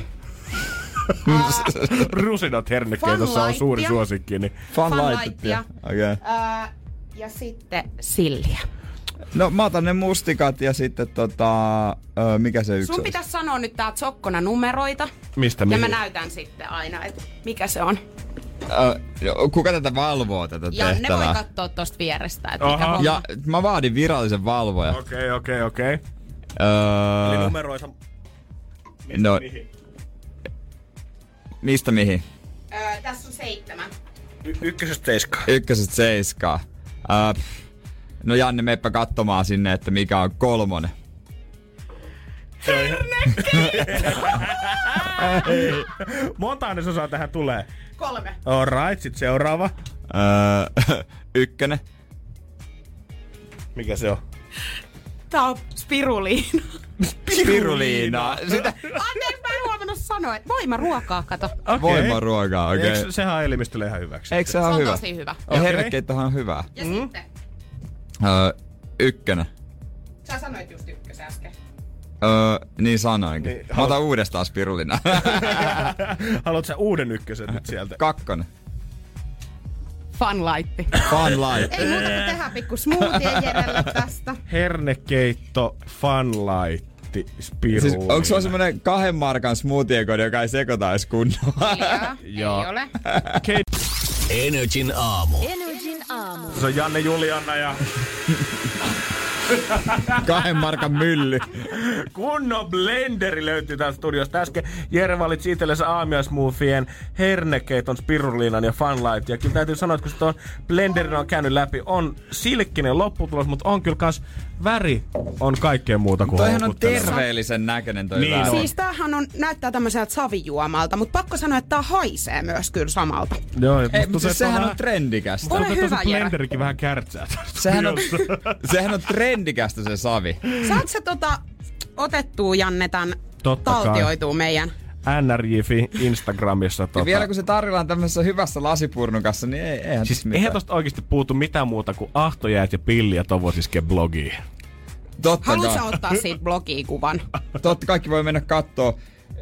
Speaker 4: Rusinat hernekeitossa on suuri
Speaker 9: Funlightia.
Speaker 4: suosikki. Niin.
Speaker 5: Fun
Speaker 9: Funlightia.
Speaker 5: lightettia. Okei. Okay.
Speaker 9: Ää, ja sitten silliä.
Speaker 5: No mä otan ne mustikat ja sitten tota... Ö, mikä se yksi
Speaker 9: Sun
Speaker 5: olisi?
Speaker 9: pitäisi sanoa nyt täältä sokkona numeroita.
Speaker 4: Mistä
Speaker 9: Ja
Speaker 4: mihin?
Speaker 9: mä näytän sitten aina, että mikä se on.
Speaker 5: Ö, kuka tätä valvoo tätä
Speaker 9: Janne voi
Speaker 5: tehtävää?
Speaker 9: katsoa tosta vierestä, että mikä
Speaker 4: Aha.
Speaker 9: homma.
Speaker 5: Ja mä vaadin virallisen valvoja.
Speaker 4: Okei, okei, okei. Eli
Speaker 5: Öö,
Speaker 4: numeroita.
Speaker 5: no,
Speaker 4: Mihin?
Speaker 5: mistä mihin?
Speaker 9: Öö, tässä on seitsemän.
Speaker 4: Y- ykkösestä seiskaan.
Speaker 5: Ykkösestä seiskaa. Öö, no Janne, meppä katsomaan sinne, että mikä on kolmonen.
Speaker 4: Monta ainesosaa tähän tulee?
Speaker 9: Kolme.
Speaker 4: Alright, sit seuraava.
Speaker 5: Öö, ykkönen.
Speaker 4: Mikä se on?
Speaker 9: Tää on spiruliina.
Speaker 5: Spiruliina. Sitä
Speaker 9: Anteeksi, mä en huomannut sanoa, että voimaruokaa, kato.
Speaker 4: Okay.
Speaker 5: voimaruokaa, okei.
Speaker 4: Eikö sehän on elimistölle ihan hyväksi?
Speaker 5: Eikö se
Speaker 9: Se
Speaker 5: ole
Speaker 9: on
Speaker 5: hyvä?
Speaker 9: tosi hyvä.
Speaker 5: Ja
Speaker 4: Okei.
Speaker 5: hernekeittohan on hyvää.
Speaker 9: Ja mm. sitten,
Speaker 5: Öö, ykkönen.
Speaker 9: sä sanoit just ykkösen äsken.
Speaker 5: Öö, niin sanoinkin.
Speaker 4: Niin,
Speaker 5: Mä otan uudestaan spirulina.
Speaker 4: Haluatko sä uuden ykkösen nyt sieltä?
Speaker 5: Kakkonen.
Speaker 9: Funlightti.
Speaker 5: Fun light.
Speaker 9: Ei muuta kuin tehdä pikku smoothie Jerelle tästä.
Speaker 4: Hernekeitto, funlightti, spiruliina.
Speaker 5: Siis onko se on semmonen kahden markan smoothie-kodi, joka ei sekoita edes kunnolla?
Speaker 9: Joo,
Speaker 4: Joo.
Speaker 9: ei ole.
Speaker 3: Energin aamu.
Speaker 7: Energin aamu.
Speaker 4: Se on Janne, Juliana ja
Speaker 5: Kahden markan mylly.
Speaker 4: kunnon blenderi löytyy täältä studiosta. Äsken Jere valitsi itsellensä aamiaismoothien, hernekeiton, spiruliinan ja funlight. Ja kyllä täytyy sanoa, että kun se tuon blenderin on käynyt läpi, on silkkinen lopputulos, mutta on kyllä kans väri on kaikkea muuta kuin
Speaker 5: Toihan on
Speaker 4: houkutteleva.
Speaker 5: terveellisen näköinen toi
Speaker 4: Niin
Speaker 5: väri.
Speaker 4: on.
Speaker 9: Siis tämähän on, näyttää tämmöiseltä savijuomalta, mutta pakko sanoa, että tää haisee myös kyllä samalta.
Speaker 4: Joo,
Speaker 5: Hei, mutta siis sehän on
Speaker 4: vähän-
Speaker 5: trendikästä.
Speaker 9: Ole
Speaker 4: Tuntuu, että
Speaker 9: hyvä,
Speaker 4: se
Speaker 9: Jere.
Speaker 4: blenderikin vähän kärtsää.
Speaker 5: Sehän on, sehän on trendikästä se savi.
Speaker 9: Saat sä tota otettua, Janne, tän
Speaker 4: Totta kai.
Speaker 9: taltioituu meidän?
Speaker 4: N R J F I Instagramissa.
Speaker 5: Ja
Speaker 4: Tota.
Speaker 5: vielä kun se tarjotaan tämmöisessä hyvässä lasipurnukassa, niin ei, eihän
Speaker 4: Siis
Speaker 5: siis mitään.
Speaker 4: eihän tosta oikeesti puutu mitään muuta kuin ahtojäät ja pilli ja tovosiske blogiin.
Speaker 5: Totta
Speaker 9: Haluatko sä
Speaker 5: kai.
Speaker 9: ottaa siitä blogikuvan?
Speaker 5: Totta kaikki voi mennä kattoo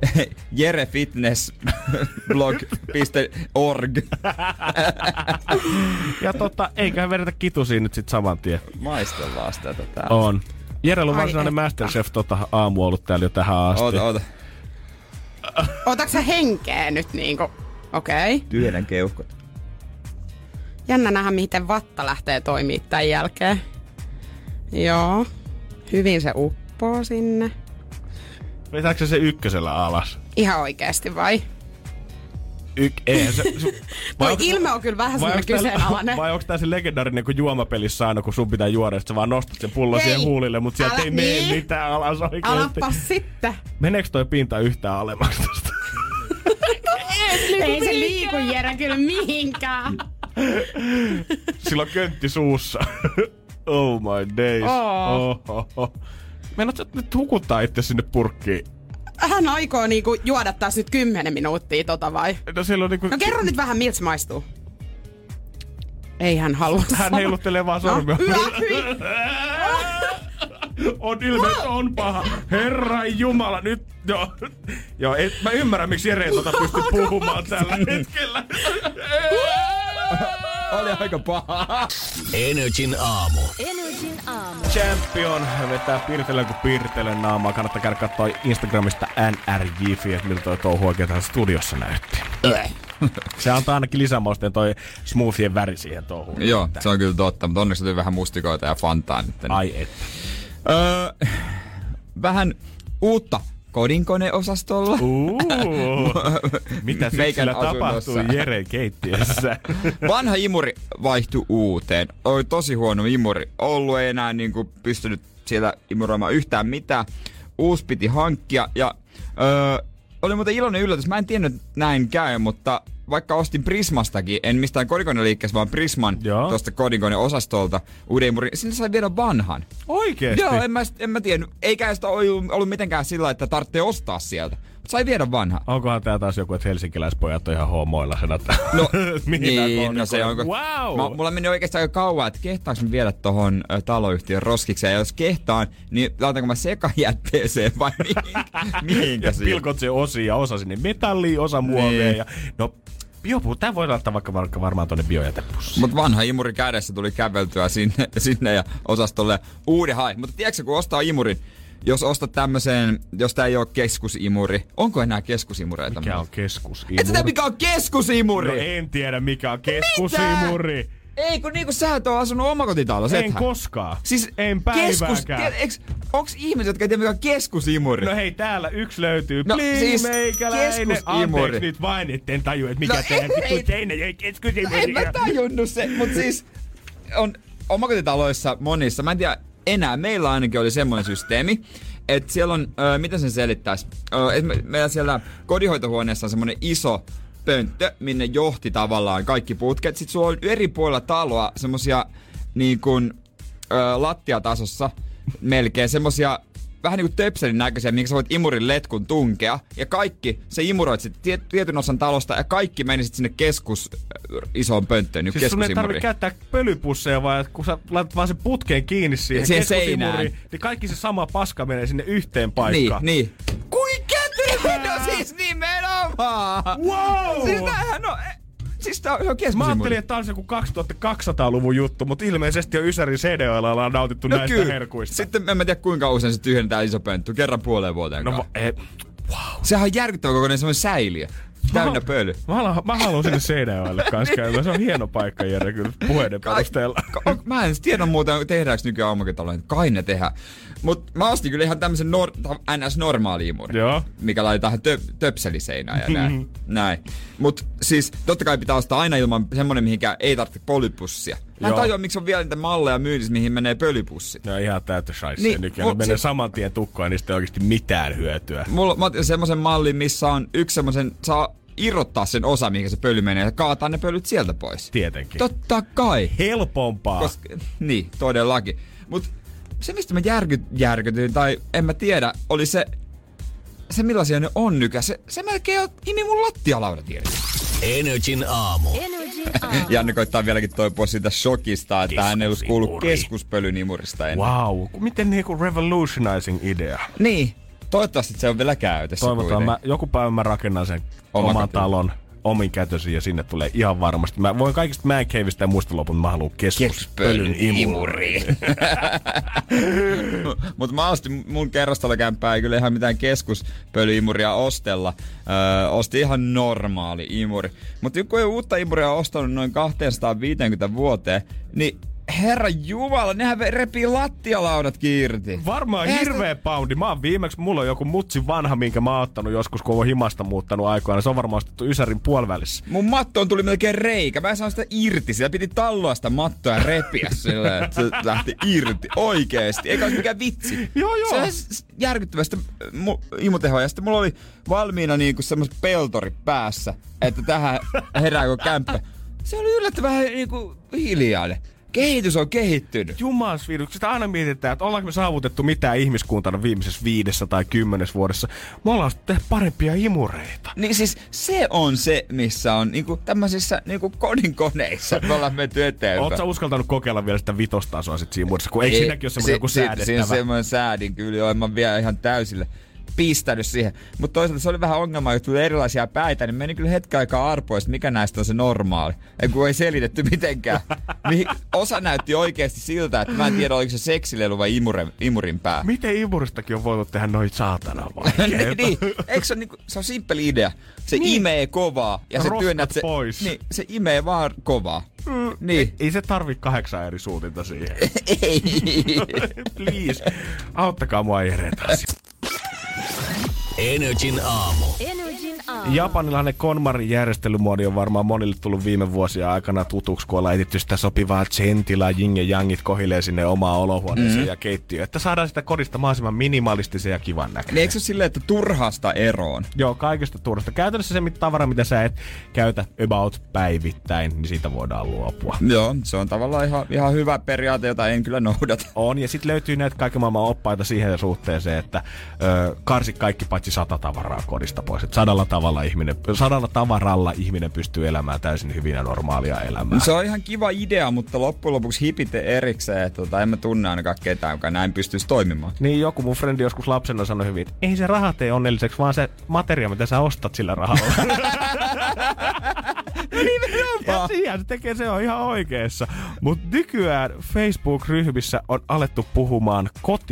Speaker 5: jerefitnessblog piste org.
Speaker 4: Ja tota, eiköhän vedetä kitusiin nyt sit saman tien.
Speaker 5: Maistellaan sitä täällä.
Speaker 4: On. Jerellä on
Speaker 9: Ai
Speaker 4: varsinainen
Speaker 9: että.
Speaker 4: Masterchef tota, aamu ollut täällä jo tähän asti.
Speaker 5: Oota, oota.
Speaker 9: Otatko sä henkeä nyt niinku? Okei. Okay.
Speaker 5: Työdän keuhkot.
Speaker 9: Jännä nähdä, miten vatta lähtee toimii tämän jälkeen. Joo. Hyvin se uppoo sinne.
Speaker 4: Vetääkö se se ykkösellä alas?
Speaker 9: Ihan oikeesti vai?
Speaker 4: Yk, eihän se... Su,
Speaker 9: Toi onks, ilme on kyllä vähän semmoinen kyseenalainen.
Speaker 4: Vai onko tää se legendaarinen kuin juomapelissä aina, kun sun pitää juoda, että sä vaan nostat sen pullon siihen huulille, mutta sieltä ei niin. mene mitään alas oikeesti.
Speaker 9: Alapas sitten.
Speaker 4: Meneekö toi pinta yhtään alemmaksi tosta?
Speaker 9: Ei se liiku, Jere, kyllä mihinkään.
Speaker 4: Sillä on köntti suussa. Oh my days. Oh. Oh, oh. Meinaat sä nyt hukuttaa itse sinne purkkiin?
Speaker 9: Hän aikoo niinku juoda taas nyt kymmenen minuuttia tota vai?
Speaker 4: No, on niinku...
Speaker 9: no kerro nyt vähän, miltä se maistuu. Ei hän halua
Speaker 4: Hän
Speaker 9: sanoa.
Speaker 4: heiluttelee vaan sormia.
Speaker 9: No,
Speaker 4: on ilme, on paha. Herran Jumala, nyt joo. Joo, et, mä ymmärrän, miksi Jere ei tota pysty puhumaan tällä hetkellä.
Speaker 5: Oli aika paha.
Speaker 3: Energin aamu.
Speaker 7: Energin aamu.
Speaker 4: Champion vetää Pirtelön kuin Pirtelön naamaa. Kannattaa käydä katsoa Instagramista N R J F, että miltä toi touhu oikein tässä studiossa näytti. Se antaa ainakin lisämausteen toi smoothien väri siihen touhuun.
Speaker 5: Joo, se on kyllä totta, mutta onneksi tuli vähän mustikoita ja fantaa nyt.
Speaker 4: Ai että.
Speaker 5: Öö, vähän uutta kodinkoneosastolla.
Speaker 4: Uh, mitä syksyllä tapahtuu Jeren keittiössä?
Speaker 5: Vanha imuri vaihtui uuteen. Oli tosi huono imuri. Ollut ei enää niin kuin pystynyt sieltä imuroimaan yhtään mitään. Uusi piti hankkia ja öö, oli muuten iloinen yllätys. Mä en tiennyt, että näin käy, mutta vaikka ostin Prismastakin, en mistään kodinkoneliikkeessä, vaan Prisman tuosta kodinkoneosastolta uuden imurin, sinne sai viedä vanhan.
Speaker 4: Oikeesti?
Speaker 5: Joo, en mä, en mä tiennyt. Eikä sitä ollut, ollut mitenkään sillä, että tarvitsee ostaa sieltä. Mutta sai viedä vanha.
Speaker 4: Onkohan tää taas joku, että helsinkiläispojat on ihan homoilla sen, että...
Speaker 5: No, niin, no se onko...
Speaker 4: Wow!
Speaker 5: Mä, mulla meni oikeastaan aika kauan, että kehtaanko mä viedä tohon ö, taloyhtiön roskikseen. Ja jos kehtaan, niin laitanko mä sekajätteeseen vai mihinkä, mihinkä
Speaker 4: ja pilkot se osia ja osa sinne metallia, osa muovia niin. Ja... No, biopuu, tää voi laittaa vaikka, vaikka varmaan tonne biojätepussiin.
Speaker 5: Mut vanha imuri kädessä tuli käveltyä sinne, sinne ja osastolle uuden hai. Mutta tiedätkö, kun ostaa imurin, jos ostat tämmösen, jos tää ei oo keskusimuri, onko enää keskusimureita?
Speaker 4: Mikä on keskusimuri?
Speaker 5: Et sä tiedä, mikä on keskusimuri?
Speaker 4: No en tiedä, mikä on keskusimuri.
Speaker 5: Mitä? Ei, kun niinku sä et oo asunut omakotitalossa.
Speaker 4: En koskaan.
Speaker 5: Siis
Speaker 4: en päivääkään.
Speaker 5: Keskus, onks ihmiset, jotka ei tiedä, mikä on keskusimuri?
Speaker 4: No hei, täällä yksi löytyy.
Speaker 5: No
Speaker 4: Please,
Speaker 5: siis
Speaker 4: meikäläinen.
Speaker 5: keskusimuri.
Speaker 4: Anteeksi nyt vain, etten tajua, että mikä
Speaker 5: no,
Speaker 4: teidän vittu teinen ei keskusimuri.
Speaker 5: En mä tajunnut se, mut siis on omakotitaloissa monissa, mä en tiedä enää, meillä ainakin oli semmoinen systeemi, että siellä on, äh, mitä sen selittäisi, äh, meillä siellä kodinhoitohuoneessa on semmoinen iso pönttö, minne johti tavallaan kaikki putket. Sitten sulla on eri puolilla taloa semmosia niin kuin äh, lattiatasossa melkein semmosia vähän niin kuin töpselin näköisiä, minkä sä voit imurin letkun tunkea. Ja kaikki, se imuroit sit tiet, tietyn osan talosta ja kaikki meni sit sinne keskus äh, isoon pönttöön, niin
Speaker 4: siis sun ei tarvitse käyttää pölypusseja, vaan kun sä laitat vaan sen putkeen kiinni siihen, siihen keskusimuriin, niin kaikki se sama paska menee sinne yhteen paikkaan.
Speaker 5: Niin, niin. Kui kätevä! No siis nimenomaan!
Speaker 4: Wow!
Speaker 5: Siis tämähän on... Siis tää on keskusimuri.
Speaker 4: Mä ajattelin, että tää on se joku kaksituhattakaksisataaluvun juttu, mutta ilmeisesti on Ysärin C D O:lla ollaan nautittu
Speaker 5: no
Speaker 4: näistä
Speaker 5: kyllä.
Speaker 4: herkuista.
Speaker 5: Sitten en mä tiedä kuinka usein se tyhjentää iso pöntty. Kerran puoleen vuoteen.
Speaker 4: No e, wow.
Speaker 5: Sehän on järkyttävä kokoinen semmoinen säiliö. Täynnä pöly.
Speaker 4: Mä haluan, mä haluan sinne C D O:lle kanssa käydä. Se on hieno paikka, Jere, kyllä puheiden
Speaker 5: Ka-
Speaker 4: perusteella.
Speaker 5: Ka- mä en tiedä muuten, tehdäänkö nykyään omakotitaloja. Kai ne tehdään. Mut mä ostin kyllä ihan tämmösen nor- N S-normaali imuri.
Speaker 4: Joo.
Speaker 5: Mikä laitetaan tö- töpseliseinään ja näin. näin. Mut siis totta kai pitää ostaa aina ilman semmonen, mihinkä ei tarvitse polypussia. Mä en tajua, miksi on vielä niitä malleja myynnissä, mihin menee pölypussit.
Speaker 4: No ihan täyttä shaissia. Niin, nykyään ne menee si- saman tien tukkoon, niin sitten ei oikeesti mitään hyötyä.
Speaker 5: Mulla mä otin semmosen mallin, missä on yksi semmosen, saa irrottaa sen osa, mihin se pöly menee, ja kaataa ne pölyt sieltä pois.
Speaker 4: Tietenkin.
Speaker 5: Totta kai.
Speaker 4: Helpompaa.
Speaker 5: Koska, niin, todellakin. Mut se, mistä mä järky, järkytyin, tai en mä tiedä, oli se, se millaisia ne on nykä. Se, se melkein imi mun lattialaudat, Jere.
Speaker 3: Energin aamu.
Speaker 7: Energin aamu.
Speaker 5: Janne koittaa vieläkin toipua siitä shokista, että hän ei olisi kuullut keskuspölynimurista ennen.
Speaker 4: Wow, miten niinku revolutionizing idea.
Speaker 5: Niin, toivottavasti se on vielä käytössä.
Speaker 4: Toivotaan, mä, joku päivä mä rakennan sen Oma oman kotiin. Talon omin kätösi ja sinne tulee ihan varmasti. Mä voin kaikista Man Caveista ja muista lopun, mä haluun keskuspölyn imuriin.
Speaker 5: Mut mä ostin mun kerrostalokämppää, ei kyllä ihan mitään keskuspölyimuria ostella. Öö, ostin ihan normaali imuri. Mut kun ei uutta imuria ostanut noin kaksisataaviisikymmentä vuoteen, niin Herra Jumala, nehän repii lattialaudat irti.
Speaker 4: Varmaan hirveä sitä... poundi. Mä oon viimeksi, mulla on joku mutsi vanha, minkä mä oon ottanut joskus, kun oon himasta muuttanut aikoina. Se on varmaan ostettu Ysärin puolivälissä.
Speaker 5: Mun mattoon tuli melkein reikä. Mä en saanut sitä irti. Siellä piti talloa sitä mattoa ja repiä silleen, että se lähti irti. Oikeesti. Eikä olisi mikään vitsi.
Speaker 4: Joo, joo.
Speaker 5: Se on järkyttävästi imutehoa. Ja sitten mulla oli valmiina niinku semmoset peltorit päässä, että tähän herääkö kämppä. Se oli yllättävän niinku hiljainen. Kehitys on kehittynyt.
Speaker 4: Jumalasviidus, sitä aina mietitään, että ollaanko me saavutettu mitään ihmiskuntana viimeisessä viidessä tai kymmenes vuodessa. Me ollaan sitten parempia imureita.
Speaker 5: Niin siis se on se, missä on niinku tämmöisissä niinku kodinkoneissa. Me ollaan menty eteenpäin.
Speaker 4: Ootko sä uskaltanut kokeilla vielä sitä vitostasoa sit siinä muodossa, kun eikö siinäkin ole semmoinen joku säädettävä?
Speaker 5: Siinä on semmoinen säädin kyllä, joo, mä vielä ihan täysille pistänyt siihen. Mutta toisaalta se oli vähän ongelma, että tuli erilaisia päitä, niin meni kyllä hetken aikaa arpoa, että mikä näistä on se normaali. Ei kun ei selitetty mitenkään. Osa näytti oikeasti siltä, että mä en tiedä, oliko se seksilelu vai imure, imurin pää.
Speaker 4: Miten imuristakin on voinut tehdä noin saatana vaikeeta?
Speaker 5: niin, eikö se on, niinku, se on simppeli idea. Se niin. imee kovaa ja se työnnät se,
Speaker 4: pois.
Speaker 5: Niin, se imee vaan kovaa.
Speaker 4: Mm, niin. Ei, ei se tarvi kahdeksan eri suutinta siihen.
Speaker 5: ei.
Speaker 4: Please, auttakaa mua eretäsi.
Speaker 3: Energin aamu.
Speaker 7: Energin aamu.
Speaker 4: Japanilainen KonMarin järjestelymuodi on varmaan monille tullut viime vuosien aikana tutuksi, kun ollaan etsitty sitä sopivaa gentilaa, jing ja jangit kohilee sinne omaan olohuoneeseen mm-hmm. ja keittiöön, että saadaan sitä kodista mahdollisimman minimalistisen ja kivan näköinen.
Speaker 5: Niin eikö se ole silleen, että turhasta eroon?
Speaker 4: Joo, kaikesta turhasta. Käytännössä se tavara, mitä sä et käytä about päivittäin, niin siitä voidaan luopua.
Speaker 5: Joo, se on tavallaan ihan, ihan hyvä periaate, jota en kyllä noudata.
Speaker 4: On, ja sitten löytyy näitä kaiken maailman oppaita siihen suhteeseen, että ö, karsi kaikki paitsi sata tavaraa kodista pois. Et sadalla, tavalla ihminen, sadalla tavaralla ihminen pystyy elämään täysin hyvin ja normaalia elämää.
Speaker 5: Se on ihan kiva idea, mutta loppujen lopuksi hipit erikseen. Tota, en mä tunne ainakaan ketään, joka näin pystyisi toimimaan.
Speaker 4: Niin, joku mun frendi joskus lapsena sanoi hyvin, että ei se raha tee onnelliseksi, vaan se materia, mitä sä ostat sillä rahalla. Ja siihen se tekee, se on ihan oikeassa. Mutta nykyään Facebook-ryhmissä on alettu puhumaan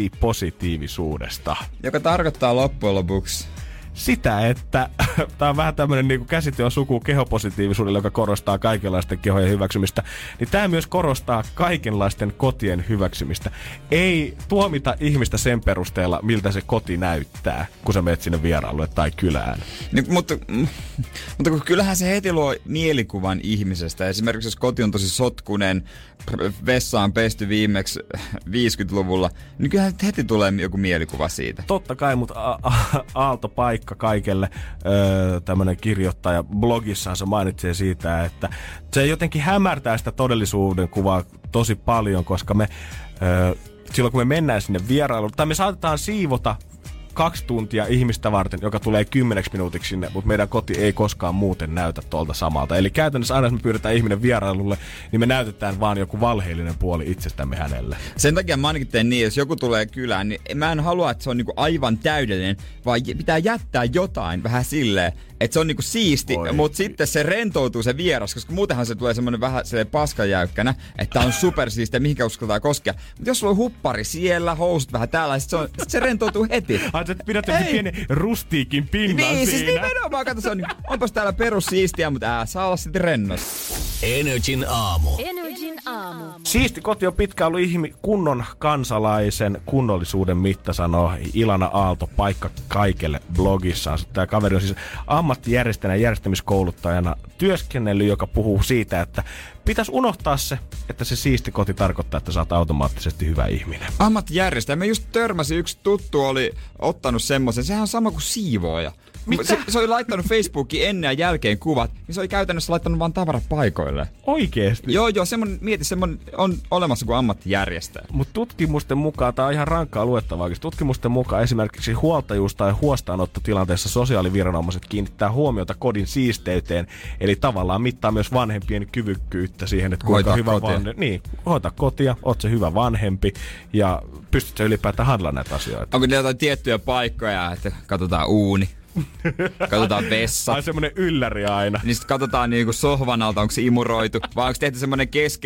Speaker 4: kotipositiivisuudesta.
Speaker 5: Joka tarkoittaa loppujen lopuksi
Speaker 4: sitä, että tämä on vähän tämmöinen niin käsite on suku kehopositiivisuudelle, joka korostaa kaikenlaisten kehojen hyväksymistä, niin tämä myös korostaa kaikenlaisten kotien hyväksymistä. Ei tuomita ihmistä sen perusteella, miltä se koti näyttää, kun sä menet sinne vierailulle tai kylään.
Speaker 5: Niin, mutta, mutta kyllähän se heti luo mielikuvan ihmisestä. Esimerkiksi jos koti on tosi sotkunen, vessa on pesty viimeksi viisikymmentäluvulla, niin kyllähän heti tulee joku mielikuva siitä.
Speaker 4: Totta kai, mutta a- a- aalto paikka kaikelle. Öö, tämmönen kirjoittaja blogissaan se mainitsee siitä, että se jotenkin hämärtää sitä todellisuuden kuvaa tosi paljon, koska me öö, silloin kun me mennään sinne vierailuun, tai me saatetaan siivota kaksi tuntia ihmistä varten, joka tulee kymmeneksi minuutiksi sinne, mutta meidän koti ei koskaan muuten näytä tuolta samalta. Eli käytännössä aina, jos me pyydetään ihminen vierailulle, niin me näytetään vaan joku valheellinen puoli itsestämme hänelle.
Speaker 5: Sen takia mä ainakin teen niin, jos joku tulee kylään, niin mä en halua, että se on niinku aivan täydellinen, vaan pitää jättää jotain vähän silleen, että se on niinku siisti, mutta sitten se rentoutuu se vieras, koska muutenhan se tulee semmoinen vähän silleen paskajäykkänä, että on supersiisti ja mihinkä uskaltaa koskea. Mutta jos sulla on huppari siellä, housut vähän täällä, sit se, on, sit se rentoutuu heti.
Speaker 4: Ai sä pidät joku pienen rustiikin pinnan
Speaker 5: niin,
Speaker 4: siinä.
Speaker 5: Niin, siis nimenomaan, kato, se on, onpas täällä perus siistiä, mutta ää, saa olla sitten rennossa.
Speaker 3: Energin aamu.
Speaker 7: Energin aamu.
Speaker 4: Siisti koti on pitkään ollut ihmi, kunnon kansalaisen kunnollisuuden mitta, sanoo Ilana Aalto Paikka kaikelle blogissaan. Tämä kaveri on siis ammattijärjestäjänä ja järjestämiskouluttajana työskennellyt, joka puhuu siitä, että pitäisi unohtaa se, että se siisti koti tarkoittaa, että sä oot automaattisesti hyvä ihminen.
Speaker 5: Ammattijärjestäjä. Mä just törmäsin, yksi tuttu oli ottanut semmoisen. Sehän on sama kuin siivooja. Se, se oli laittanut Facebookiin ennen ja jälkeen kuvat, niin se oli käytännössä laittanut vaan tavarat paikoille.
Speaker 4: Oikeesti?
Speaker 5: Joo, joo, semmonen, mieti, semmonen on olemassa kuin ammattijärjestäjä.
Speaker 4: Mutta tutkimusten mukaan, tää on ihan rankkaa luettavaa, tutkimusten mukaan esimerkiksi huoltajuus- tai huostaanottotilanteessa sosiaaliviranomaiset kiinnittää huomiota kodin siisteyteen, eli tavallaan mittaa myös vanhempien kyvykkyyttä siihen, että kuinka hyvä vanhempi. Niin, hoita kotia, oot se hyvä vanhempi ja pystyt sä ylipäätään handlaamaan näitä asioita.
Speaker 5: Onko ne jotain tiettyjä paikkoja, että katsotaan uuni? Katsotaan vessa.
Speaker 4: Ai semmonen ylläri aina.
Speaker 5: Niin sit katsotaan niinku sohvan alta, onko se imuroitu. Vai onko tehty semmonen keskeltä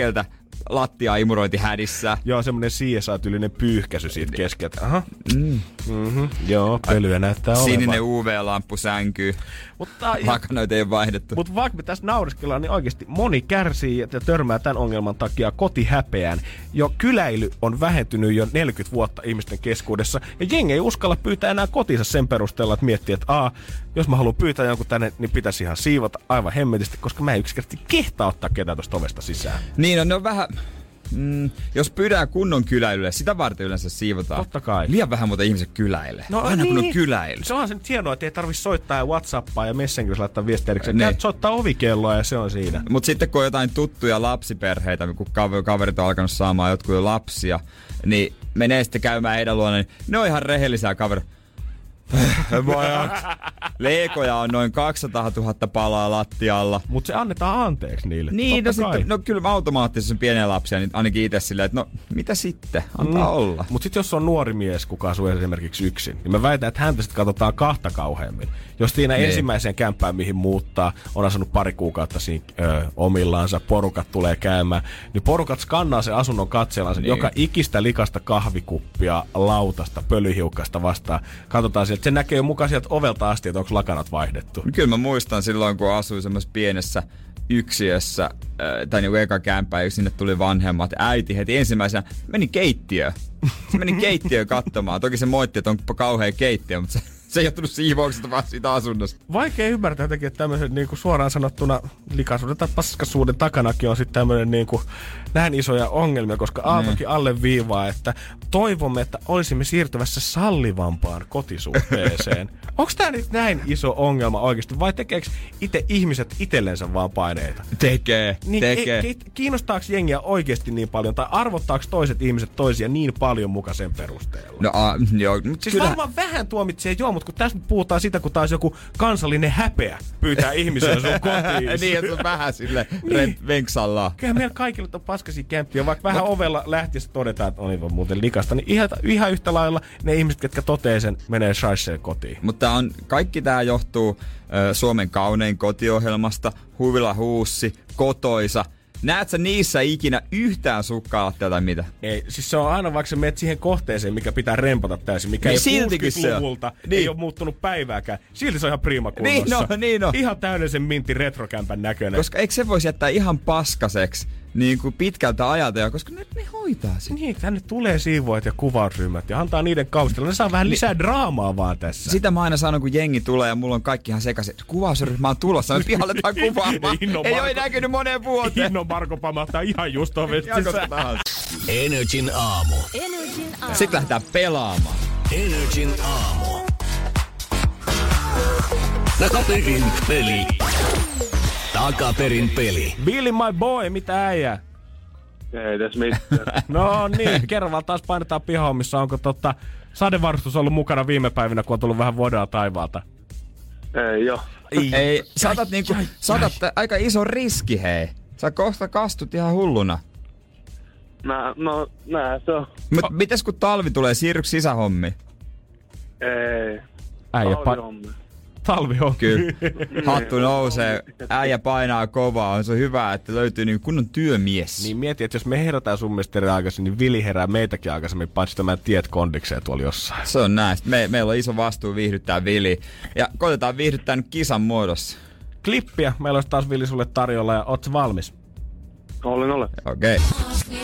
Speaker 5: lattia-imurointihädissä.
Speaker 4: Joo, semmonen C S A-tyylinen pyyhkäisy siitä keskeltä. Aha.
Speaker 5: Mm.
Speaker 4: Mm-hmm. Joo, pölyä näyttää olevan.
Speaker 5: Sininen U V-lamppu sänkyy. Mutta lakanoita ei ole vaihdettu.
Speaker 4: Mutta vaikka me tässä nauriskellaan, niin oikeasti moni kärsii ja törmää tämän ongelman takia kotihäpeään. Jo kyläily on vähentynyt jo neljäkymmentä vuotta ihmisten keskuudessa. Ja jengi ei uskalla pyytää enää kotinsa sen perusteella, että miettii, että aa, jos mä haluan pyytää jonkun tänne, niin pitäisi ihan siivota aivan hemmetisti, koska mä en yksinkertaisesti kehtaa ottaa ketään tuosta ovesta sisään.
Speaker 5: Niin, no, ne on vähän... Mm, jos pyydään kunnon kyläilylle, sitä varten yleensä siivotaan.
Speaker 4: Totta kai.
Speaker 5: Liian vähän muuta ihmiset kyläilee.
Speaker 4: No,
Speaker 5: aina
Speaker 4: niin.
Speaker 5: kun on kyläily.
Speaker 4: Se onhan se nyt hienoa, että ei tarvitse soittaa ja Whatsappaa ja Messengerissä laittaa viestiä erikseen.
Speaker 5: Niin.
Speaker 4: Käyt soittaa ovikelloa ja se on siinä.
Speaker 5: Mut sitten kun on jotain tuttuja lapsiperheitä, kun kaverit on alkanut saamaan jotkut jo lapsia, niin menee sitten käymään heidän luona, niin ne on ihan rehellisiä kavereita. Leikoja on noin kaksisataatuhatta palaa lattialla.
Speaker 4: Mutta se annetaan anteeksi niille.
Speaker 5: Niin, no, sitten, no kyllä mä automaattisesti sen pieniä lapsia, niin ainakin itse silleen, että no mitä sitten? Antaa mm. olla.
Speaker 4: Mutta sitten jos on nuori mies, kuka asuu esimerkiksi yksin, niin mä väitän, että häntä sitten katsotaan kahta kauheammin. Jos siinä niin. ensimmäiseen kämppään, mihin muuttaa, on asunut pari kuukautta siinä ö, omillaansa, porukat tulee käymään, niin porukat skannaa sen asunnon katseellaan niin. joka ikistä likasta kahvikuppia, lautasta, pölyhiukkasta vastaan. Katsotaan sieltä. Se näkee jo mukaan sieltä ovelta asti, että onko lakanat vaihdettu.
Speaker 5: Kyllä mä muistan silloin, kun asuin semmoisessa pienessä yksiössä, äh, tai niinku eka kämppää, ja sinne tuli vanhemmat. Äiti heti ensimmäisenä meni keittiöön. Se meni keittiöön katsomaan. Toki se moitti, että on kauhea keittiö, mutta se, se ei johtunut siivouksesta, vaan siitä asunnosta.
Speaker 4: Vaikea ymmärtää jotenkin, että tämmöisen niin kuin suoraan sanottuna likaisuuden tai paskasuuden takanakin on sitten tämmöinen niin kuin näin isoja ongelmia, koska Aaltokin alleviivaa, että toivomme, että olisimme siirtyvässä sallivampaan kotisuhteeseen. Onko tämä nyt näin iso ongelma oikeasti, vai tekeekö itse ihmiset itsellensä vaan paineita?
Speaker 5: Tekee,
Speaker 4: niin,
Speaker 5: tekee.
Speaker 4: E, kiinnostaako jengiä oikeasti niin paljon, tai arvottaako toiset ihmiset toisia niin paljon muka sen perusteella?
Speaker 5: No a, joo.
Speaker 4: Siis
Speaker 5: kyllä.
Speaker 4: varmaan vähän tuomitsee, joo, mutta kun tässä nyt puhutaan sitä, kun taas joku kansallinen häpeä pyytää ihmisiä sun kotiin.
Speaker 5: Niin, että on vähän sille niin. venksallaan.
Speaker 4: Kyllä meillä kaikilla on paskaisia kämppiä, vaikka vähän ovella lähtiessä todetaan, että olipa muuten likasta, niin ihan, ihan yhtä lailla ne ihmiset, jotka totee sen, menee shaiseen kotiin.
Speaker 5: Mutta on, kaikki tämä johtuu ö, Suomen kaunein kotiohjelmasta, Huvila Huussi, Kotoisa. Näet sä niissä ikinä yhtään sukkaa-lattia tai mitä?
Speaker 4: Ei, siis se on aina vaikka sä menet siihen kohteeseen, mikä pitää rempata täysin, mikä
Speaker 5: niin
Speaker 4: ei kuusikymmentäluvulta niin. ei ole muuttunut päivääkään. Silti se on ihan prima kunnossa.
Speaker 5: Niin no, niin no.
Speaker 4: Ihan täydellisen mintti retrokämpän näköinen.
Speaker 5: Koska eikö se voisi jättää ihan paskaseksi niin kuin pitkältä ajalta, koska ne, ne hoitaa sen.
Speaker 4: Niin, tänne tulee siivoajat ja kuvausryhmät ja antaa niiden kaustella. Ne saa vähän lisää niin. draamaa vaan tässä.
Speaker 5: Sitä mä aina sanon, kun jengi tulee ja mulla on kaikki ihan sekaisin. Kuvausryhmä on tulossa, me pihalle taan kuvaamaan. Ei ole näkynyt moneen vuoteen.
Speaker 4: Inno Marko pamahtaa ihan just ovesta sisään.
Speaker 3: Energin aamu.
Speaker 7: Energin aamu.
Speaker 5: Sitten lähdetään pelaamaan.
Speaker 3: Energin aamu. Takaperin peli. Takaperin peli.
Speaker 4: Billy my boy, mitä äijä?
Speaker 10: Ei tässä mitään.
Speaker 4: No niin, kerran vaan taas painetaan pihahommissa. Onko tota sadevarustus ollut mukana viime päivinä, kun on tullut vähän vodaa taivaalta?
Speaker 10: Ei joo.
Speaker 5: Ei, ei saatat niinku, saatat aika iso riski, hei. Sä kohta kastut ihan hulluna.
Speaker 10: Nää, no, nää se on.
Speaker 5: Mut oh. mites kun talvi tulee, siirryks sisähommi?
Speaker 10: Ei.
Speaker 4: Äijä
Speaker 10: Talvihommi.
Speaker 4: Talvihommi.
Speaker 5: Kyllä. Hattu nousee, äijä painaa kovaa. On se hyvä, että löytyy niin kunnon työmies.
Speaker 4: Niin mieti, että jos me herätään sun mielestä eri aikaisin, niin Vili herää meitäkin aikaisemmin, paitsi tämän tiet kondikseen tuolla jossain.
Speaker 5: Se on näin. Me, meillä on iso vastuu viihdyttää Vili. Ja koitetaan viihdyttää nyt kisan muodossa.
Speaker 4: Klippiä meillä olisi taas Vili sulle tarjolla, ja ootko valmis?
Speaker 10: Olen, olen.
Speaker 5: Okei. Okay.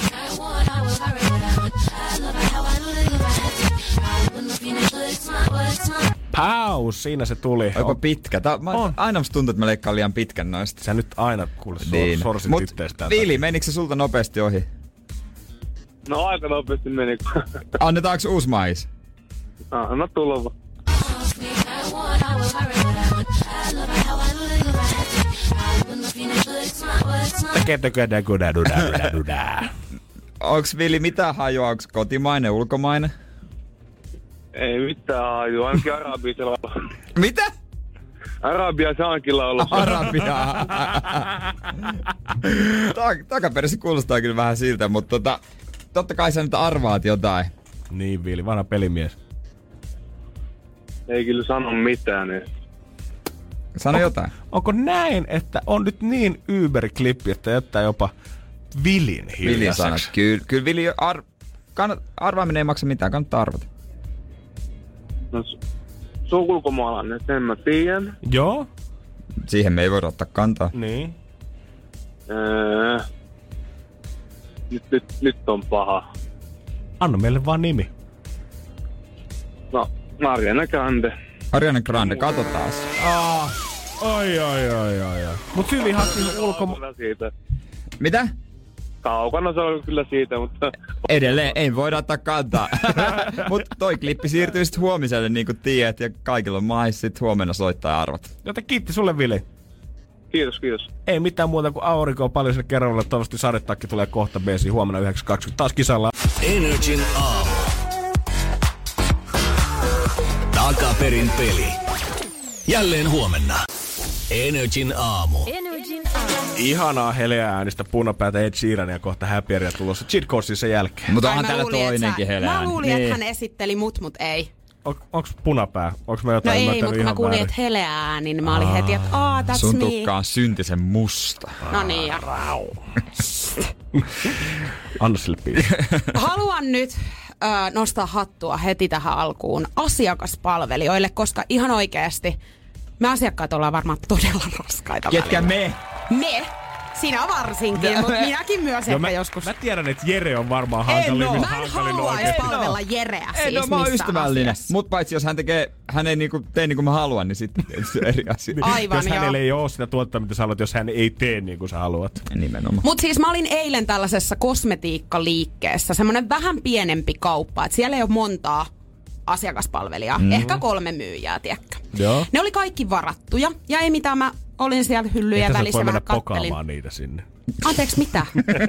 Speaker 4: Paus, siinä se tuli.
Speaker 5: Onko pitkä? Tää, mä, on. Aina musta tuntuu, että mä leikkaan liian pitkän noista.
Speaker 4: Sä nyt aina kuule
Speaker 5: niin.
Speaker 4: sorsin
Speaker 5: Mut
Speaker 4: tytteistä.
Speaker 5: Vili, menikö se sulta nopeasti ohi?
Speaker 10: No aika nopeasti meni.
Speaker 5: Annetaanko uusi mais?
Speaker 10: Anna tulla vaan.
Speaker 5: Onks Vili mitään hajua? Onks kotimainen, ulkomainen?
Speaker 10: Ei mitään hajua, ainakin Arabia siellä on.
Speaker 5: Mitä?
Speaker 10: Arabia se ainakin laulaa.
Speaker 5: Arabia. Takaperässä kuulostaa kyllä vähän siltä, mutta tota, totta kai sä nyt arvaat jotain.
Speaker 4: Niin Vili, vanha pelimies.
Speaker 10: Ei kyllä sano mitään. Niin.
Speaker 5: Sano
Speaker 4: on,
Speaker 5: jotain.
Speaker 4: Onko näin, että on nyt niin Uber-klippi, että jättää jopa Vilin hiljaiseksi.
Speaker 5: Vili sanat. Kyllä, kyllä Vili ar- kannat, arvaaminen ei maksa mitään, kannattaa arvata.
Speaker 10: No, se on ulkomaalainen, sen mä tiedän.
Speaker 4: Joo.
Speaker 5: Siihen me ei voida ottaa kantaa.
Speaker 4: Niin.
Speaker 10: Öö, nyt, nyt, nyt on paha.
Speaker 4: Anna meille vaan nimi.
Speaker 10: No, Ariana Grande.
Speaker 5: Ariana Grande, katsotaan.
Speaker 4: Ah, ai, ai, ai, ai, ai. Mut hyvin haki ulkomaalainen.
Speaker 10: Siitä.
Speaker 5: Mitä?
Speaker 10: Kaukana se on kyllä siitä, mutta...
Speaker 5: Edelleen ei voida ottaa kantaa. Mutta toi klippi siirtyy sitten huomiselle, niin kuin tiedät, ja kaikilla on mahis sit huomenna soittaa ja arvat.
Speaker 4: Joten kiitti sulle, Vili.
Speaker 10: Kiitos, kiitos.
Speaker 4: Ei mitään muuta kuin aurinko on paljon sille kerralla. Toivottavasti sadetakki tulee kohta beesiin huomenna yhdeksän kaksikymmentä. Taas kisalla.
Speaker 3: Energin aamu. Takaperin peli. Jälleen huomenna. Energin aamu.
Speaker 7: Energin aamu.
Speaker 4: Ihanaa heleää äänistä punapäätä Ed Sheerania kohta häpiäriä tulossa Cheat Codesin sen jälkeen.
Speaker 5: Mutta onhan täällä toinenkin heleää.
Speaker 9: Mä luulin, niin. että hän esitteli mut, mut ei.
Speaker 4: On, onks punapää? Onks mä jotain
Speaker 9: no
Speaker 4: ymmärtänyt
Speaker 9: ei, mutta mä kuulin, että heleää ääni, niin mä olin
Speaker 4: Aa.
Speaker 9: heti, että aah, that's
Speaker 5: Sun
Speaker 9: me.
Speaker 5: tukka on syntisen musta.
Speaker 9: No niin, ja
Speaker 4: Anna sille biisi.
Speaker 9: haluan nyt ö, nostaa hattua heti tähän alkuun asiakaspalvelijoille, koska ihan oikeasti me asiakkaat ollaan varmaan todella raskaita
Speaker 5: Ketkä
Speaker 9: välillä.
Speaker 5: me?
Speaker 9: Me? Sinä varsinkin, mutta minäkin myös
Speaker 4: Joo,
Speaker 9: ehkä
Speaker 4: mä,
Speaker 9: jookus.
Speaker 4: mä tiedän, että Jere on varmaan
Speaker 5: En
Speaker 4: hankalin.
Speaker 5: oo.
Speaker 9: Mä en haluais palvella Jereä
Speaker 5: Ei,
Speaker 9: siis
Speaker 5: no mä oon
Speaker 9: missään
Speaker 5: ystävällinen.
Speaker 9: asiassa.
Speaker 5: Mut paitsi jos hän tekee, hän ei niinku tee niin kuin mä haluan, niin sitten se on eri asia.
Speaker 9: Aivan,
Speaker 4: jos
Speaker 9: joo.
Speaker 4: hänellä ei ole sitä tuottaa, mitä sä haluat, jos hän ei tee niin kuin sä haluat.
Speaker 5: Nimenomaan.
Speaker 9: Mut siis mä olin eilen tällaisessa kosmetiikkaliikkeessä, semmonen vähän pienempi kauppa, että siellä ei ole montaa asiakaspalvelijaa, mm. ehkä kolme myyjää, tiedätkö.
Speaker 4: Joo.
Speaker 9: Ne oli kaikki varattuja ja ei mitään, mä olin siellä hyllyjen
Speaker 4: Että sä
Speaker 9: välissä
Speaker 4: voi mennä
Speaker 9: vähän kattelin.
Speaker 4: pokaamaan niitä sinne.
Speaker 9: Anteeksi, mitä?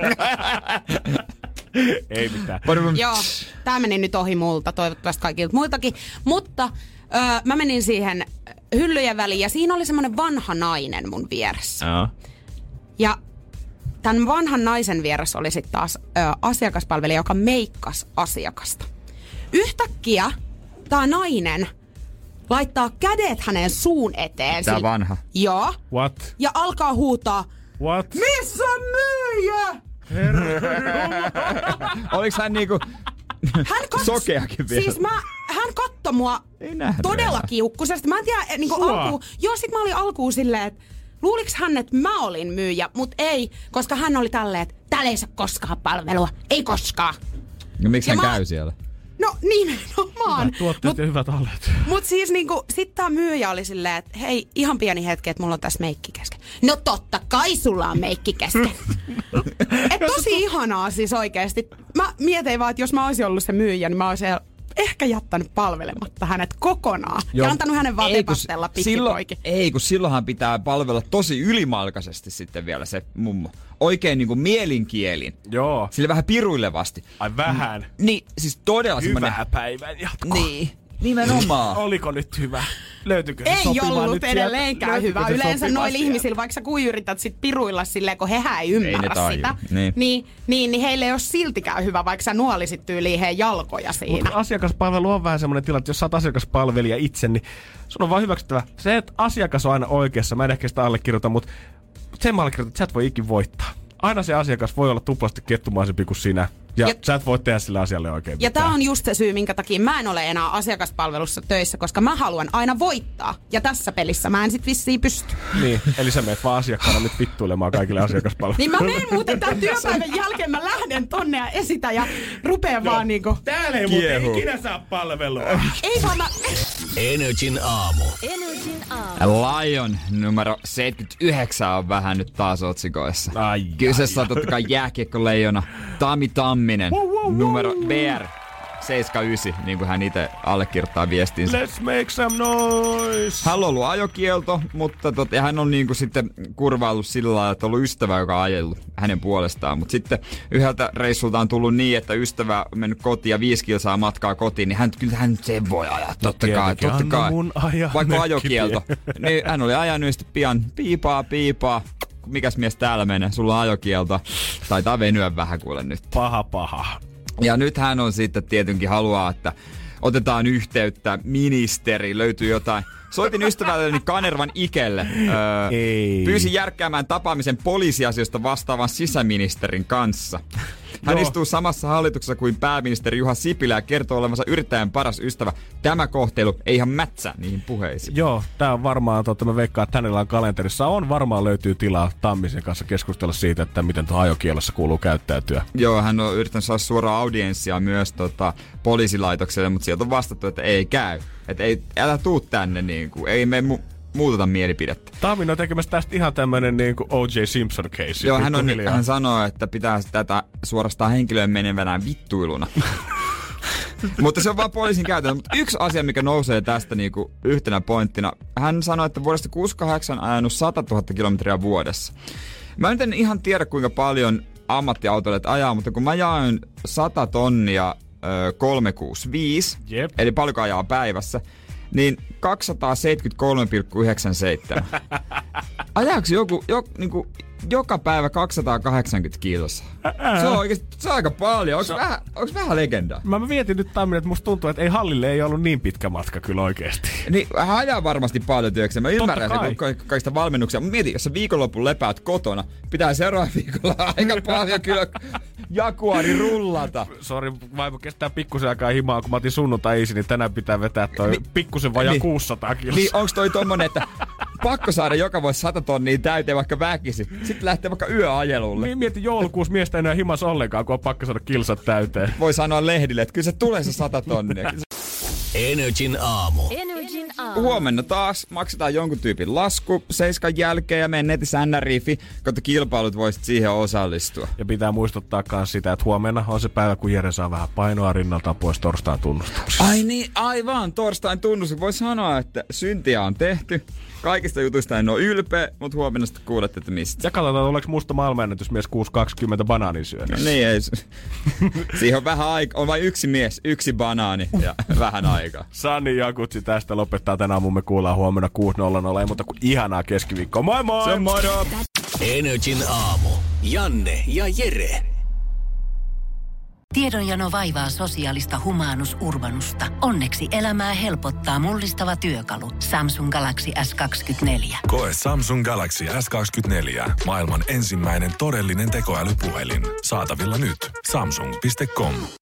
Speaker 4: Ei mitään.
Speaker 9: Joo, tää meni nyt ohi multa, toivottavasti kaikilta muiltakin. Mutta öö, mä menin siihen hyllyjen väliin ja siinä oli semmonen vanha nainen mun vieressä.
Speaker 4: Joo.
Speaker 9: Ja tämän vanhan naisen vieressä oli sitten taas ö, asiakaspalvelija, joka meikkas asiakasta. Yhtäkkiä tää nainen laittaa kädet hänen suun eteen.
Speaker 5: Tää
Speaker 9: Sil-
Speaker 5: vanha.
Speaker 9: Joo.
Speaker 4: What?
Speaker 9: Ja alkaa huutaa,
Speaker 4: What?
Speaker 9: missä on myyjä?
Speaker 5: Oliks hän niinku
Speaker 9: Hän kats...
Speaker 5: sokeakin vielä?
Speaker 9: Siis mä, hän katsoi mua
Speaker 5: Ei nähnyt
Speaker 9: todella
Speaker 5: enää.
Speaker 9: kiukkusesti. Mä en tiedä, niin
Speaker 4: Sua?
Speaker 9: alkuun. Joo, sit mä olin alkuun silleen, että luuliks hän, että mä olin myyjä, mut ei, koska hän oli tälleen, että täällä ei saa koskaan palvelua. Ei koskaan.
Speaker 5: No miksi
Speaker 9: Ja
Speaker 5: hän
Speaker 9: mä-
Speaker 5: käy siellä?
Speaker 9: No nimenomaan.
Speaker 4: Hyvät tuotteet
Speaker 9: Mut,
Speaker 4: ja hyvät alet.
Speaker 9: mut siis niinku, sit tää myyjä oli silleen, että hei, ihan pieni hetki, että mulla on tässä meikki kesken. No totta kai sulla on meikki kesken. Et tosi ihanaa siis oikeesti. Mä mietin vaan, että jos mä olisin ollut se myyjä, niin mä olisin ehkä jättänyt palvelematta hänet kokonaan.
Speaker 5: Joo.
Speaker 9: Ja antanut hänen vaan
Speaker 5: Ei, kun
Speaker 9: tepastella pitkin
Speaker 5: silloin,
Speaker 9: poikin.
Speaker 5: ei, kun silloinhan pitää palvella tosi ylimalkaisesti sitten vielä se mummo. Oikein niinku mielinkielin.
Speaker 4: Joo.
Speaker 5: Sille vähän piruilevasti.
Speaker 4: Ai vähän.
Speaker 5: Niin, siis todella semmonen...
Speaker 4: Hyvää päivän jatkoa.
Speaker 5: Niin, nimenomaan.
Speaker 4: Oliko nyt hyvä? Löytyykö se
Speaker 9: Ei
Speaker 4: sopimaan
Speaker 9: ollut
Speaker 4: nyt
Speaker 9: edelleenkään
Speaker 4: sieltä?
Speaker 9: hyvä.
Speaker 4: Löytyykö se
Speaker 9: Yleensä
Speaker 4: sopimaan
Speaker 9: noilla
Speaker 4: sieltä?
Speaker 9: ihmisillä, vaikka sä kuin yrität sit piruilla silleen, kun hehän ei ymmärrä
Speaker 5: ne tajua.
Speaker 9: sitä.
Speaker 5: Niin.
Speaker 9: Niin, niin, niin heille ei ole siltikään hyvä, vaikka sä nuolisit tyyliin heidän jalkoja siinä.
Speaker 4: Mutta asiakaspalvelu on vähän semmoinen tilanne, että jos sä oot asiakaspalvelija itse, niin sun on vaan hyväksyttävä. Se, että asiakas on aina oikeassa, mä en ehkä sitä allekirjoita, mutta sen mä allekirjoitan, että sä et voi ikin voittaa. Aina se asiakas voi olla tuplasti kettumaisempi kuin sinä. Ja, ja sä et voi tehdä sille asialle oikein
Speaker 9: Ja
Speaker 4: mitään.
Speaker 9: tää on just se syy, minkä takia mä en ole enää asiakaspalvelussa töissä, koska mä haluan aina voittaa. Ja tässä pelissä mä en sit vissiin pysty.
Speaker 4: Niin, eli sä meet vaan asiakkaana nyt vittuilemaan kaikille asiakaspalveluille.
Speaker 9: Niin mä menen muuten tämän työpäivän jälkeen, mä lähden tonne ja esitän ja rupeen vaan niinku...
Speaker 4: Täällä ei
Speaker 5: Kiehu.
Speaker 4: muuten ikinä saa palvelua.
Speaker 9: Ei vaan mä...
Speaker 3: Energin aamu.
Speaker 7: Energin aamu.
Speaker 5: Lion numero seitsemänkymmentäyhdeksän on vähän nyt taas otsikoissa.
Speaker 4: Ai,
Speaker 5: Kyseessä
Speaker 4: ai,
Speaker 5: on totta kai jääkiekkoleijona Tami Tamminen, numero B R seitsemänkymmentäyhdeksän, niin kuin hän itse allekirjoittaa viestinsä.
Speaker 4: Let's make some noise.
Speaker 5: Hän on ollut ajokielto, mutta tot, ja hän on niinku sitten kurvaillut sillä lailla, että on ollut ystävä, joka on ajellut hänen puolestaan. Mutta sitten yhdeltä reissulta on tullut niin, että ystävä on mennyt kotiin ja viisi kilsaa matkaa kotiin, niin hän, kyllä hän sen voi ajaa, totta kai,
Speaker 4: tietenkin,
Speaker 5: totta
Speaker 4: anna
Speaker 5: kai.
Speaker 4: mun ajaa
Speaker 5: Vaikka on
Speaker 4: mökkitie.
Speaker 5: ajokielto. Niin hän oli ajanut ja sitten pian piipaa, piipaa. Mikäs mies täällä menee? Sulla on ajokielto. Taitaa venyä vähän kuule nyt.
Speaker 4: Paha, paha.
Speaker 5: Ja nyt hän on sitten tietenkin haluaa, että otetaan yhteyttä, ministeri, löytyy jotain. Soitin ystävälleni Kanervan Ikelle. Öö, pyysin järkkäämään tapaamisen poliisiasioista vastaavan sisäministerin kanssa. Hän Joo. istuu samassa hallituksessa kuin pääministeri Juha Sipilä ja kertoo olevansa yrittäjän paras ystävä. Tämä kohtelu ei ihan mätsää niihin puheisiin.
Speaker 4: Joo, tää on varmaan, totta mä veikkaan, että hänellä on kalenterissa. On varmaan löytyy tilaa Tammisen kanssa keskustella siitä, että miten tuohon ajokielossa kuuluu käyttäytyä.
Speaker 5: Joo, hän on yrittänyt saada suoraa audienssia myös tota, poliisilaitokselle, mutta sieltä on vastattu, että ei käy. Että ei, älä tuu tänne, niin kuin, ei me mu- muuteta mielipidettä.
Speaker 4: Tammin on tekemässä tästä ihan tämmönen niin kuin O J Simpson case.
Speaker 5: Joo, hän, on, hän sanoo, että pitää tätä suorastaan henkilöön menevänä vittuiluna. Mutta se on vaan poliisin käytäntö. Mutta yksi asia, mikä nousee tästä niin kuin yhtenä pointtina. Hän sanoi, että vuodesta kuusikymmentäkahdeksan on ajanut sata tuhatta kilometriä vuodessa. Mä nyt en ihan tiedä, kuinka paljon ammattiautoilijat ajaa, mutta kun mä jaoin sata tonnia kolmesataakuusikymmentäviisi, Jep. eli paljonko ajaa päivässä, niin kaksisataaseitsemänkymmentäkolme pilkku yhdeksänkymmentäseitsemän. Ajaako joku, jo, niinku, joka päivä kaksisataakahdeksankymmentä kilsaa? Se on oikeesti, se on aika paljon. Onko, no, vähän, onko vähän legendaa?
Speaker 4: Mä mietin nyt Tammin, että musta tuntuu, että ei hallille ei ollut niin pitkä matka kyllä oikeesti.
Speaker 5: Niin, hän ajaa varmasti paljon työkseen. Mä ymmärrän sen ka- kaikista valmennuksia. Mutta mieti, jos sä viikonlopun lepäät kotona, pitää seuraava viikolla aika paljon kyllä Jaguari rullata.
Speaker 4: Sori, vaimo kestää pikkusen aikaa himaa, kun mä otin sunnuntai-iisi, niin tänään pitää vetää toi niin, pikkusen vajaa niin, kuusisataa kilsaa.
Speaker 5: Niin, onks toi tommonen, että pakko saada joka vuosi sata tonnia täyteen vaikka väkisin. Sitten lähtee vaikka yöajelulle.
Speaker 4: Niin mieti joulukuussa miestä ei enää himas ollenkaan, kun on pakko saada kilsat täyteen.
Speaker 5: Voi sanoa lehdille, että kyllä se tulee se sata tonnia.
Speaker 3: Energin aamu.
Speaker 7: Energin aamu.
Speaker 5: Huomenna taas maksetaan jonkun tyypin lasku seiskan jälkeen ja mene netissä N R I piste F I, kautta kilpailut voisit siihen osallistua.
Speaker 4: Ja pitää muistuttaa myös sitä, että huomenna on se päivä, kun Jere saa vähän painoa rinnaltaan pois torstain tunnustuksesta.
Speaker 5: Ai niin, aivan, torstain tunnustus. Voi sanoa, että syntiä on tehty. Kaikista jutuista en ole ylpeä, mutta huomenna sitten kuulette, että mistä.
Speaker 4: Ja katsotaan, oleeko musta maailmanennätysmies kuusi kaksikymmentä banaanin syönyt.
Speaker 5: No niin, ei. Siihen on vähän aikaa. On vain yksi mies, yksi banaani ja vähän aikaa.
Speaker 4: Sani Jakutsi tästä lopettaa tänään, mun me kuullaan huomenna kuusi nolla nolla. Ei muuta kuin ihanaa keskiviikkoa. Moi moi!
Speaker 5: Se on moro!
Speaker 3: Energin aamu. Janne ja Jere.
Speaker 1: Tiedonjano vaivaa sosiaalista humanus urbanusta. Onneksi elämää helpottaa mullistava työkalu. Samsung Galaxy S kaksikymmentäneljä.
Speaker 2: Koe Samsung Galaxy S kaksikymmentäneljä. Maailman ensimmäinen todellinen tekoälypuhelin. Saatavilla nyt. Samsung piste com.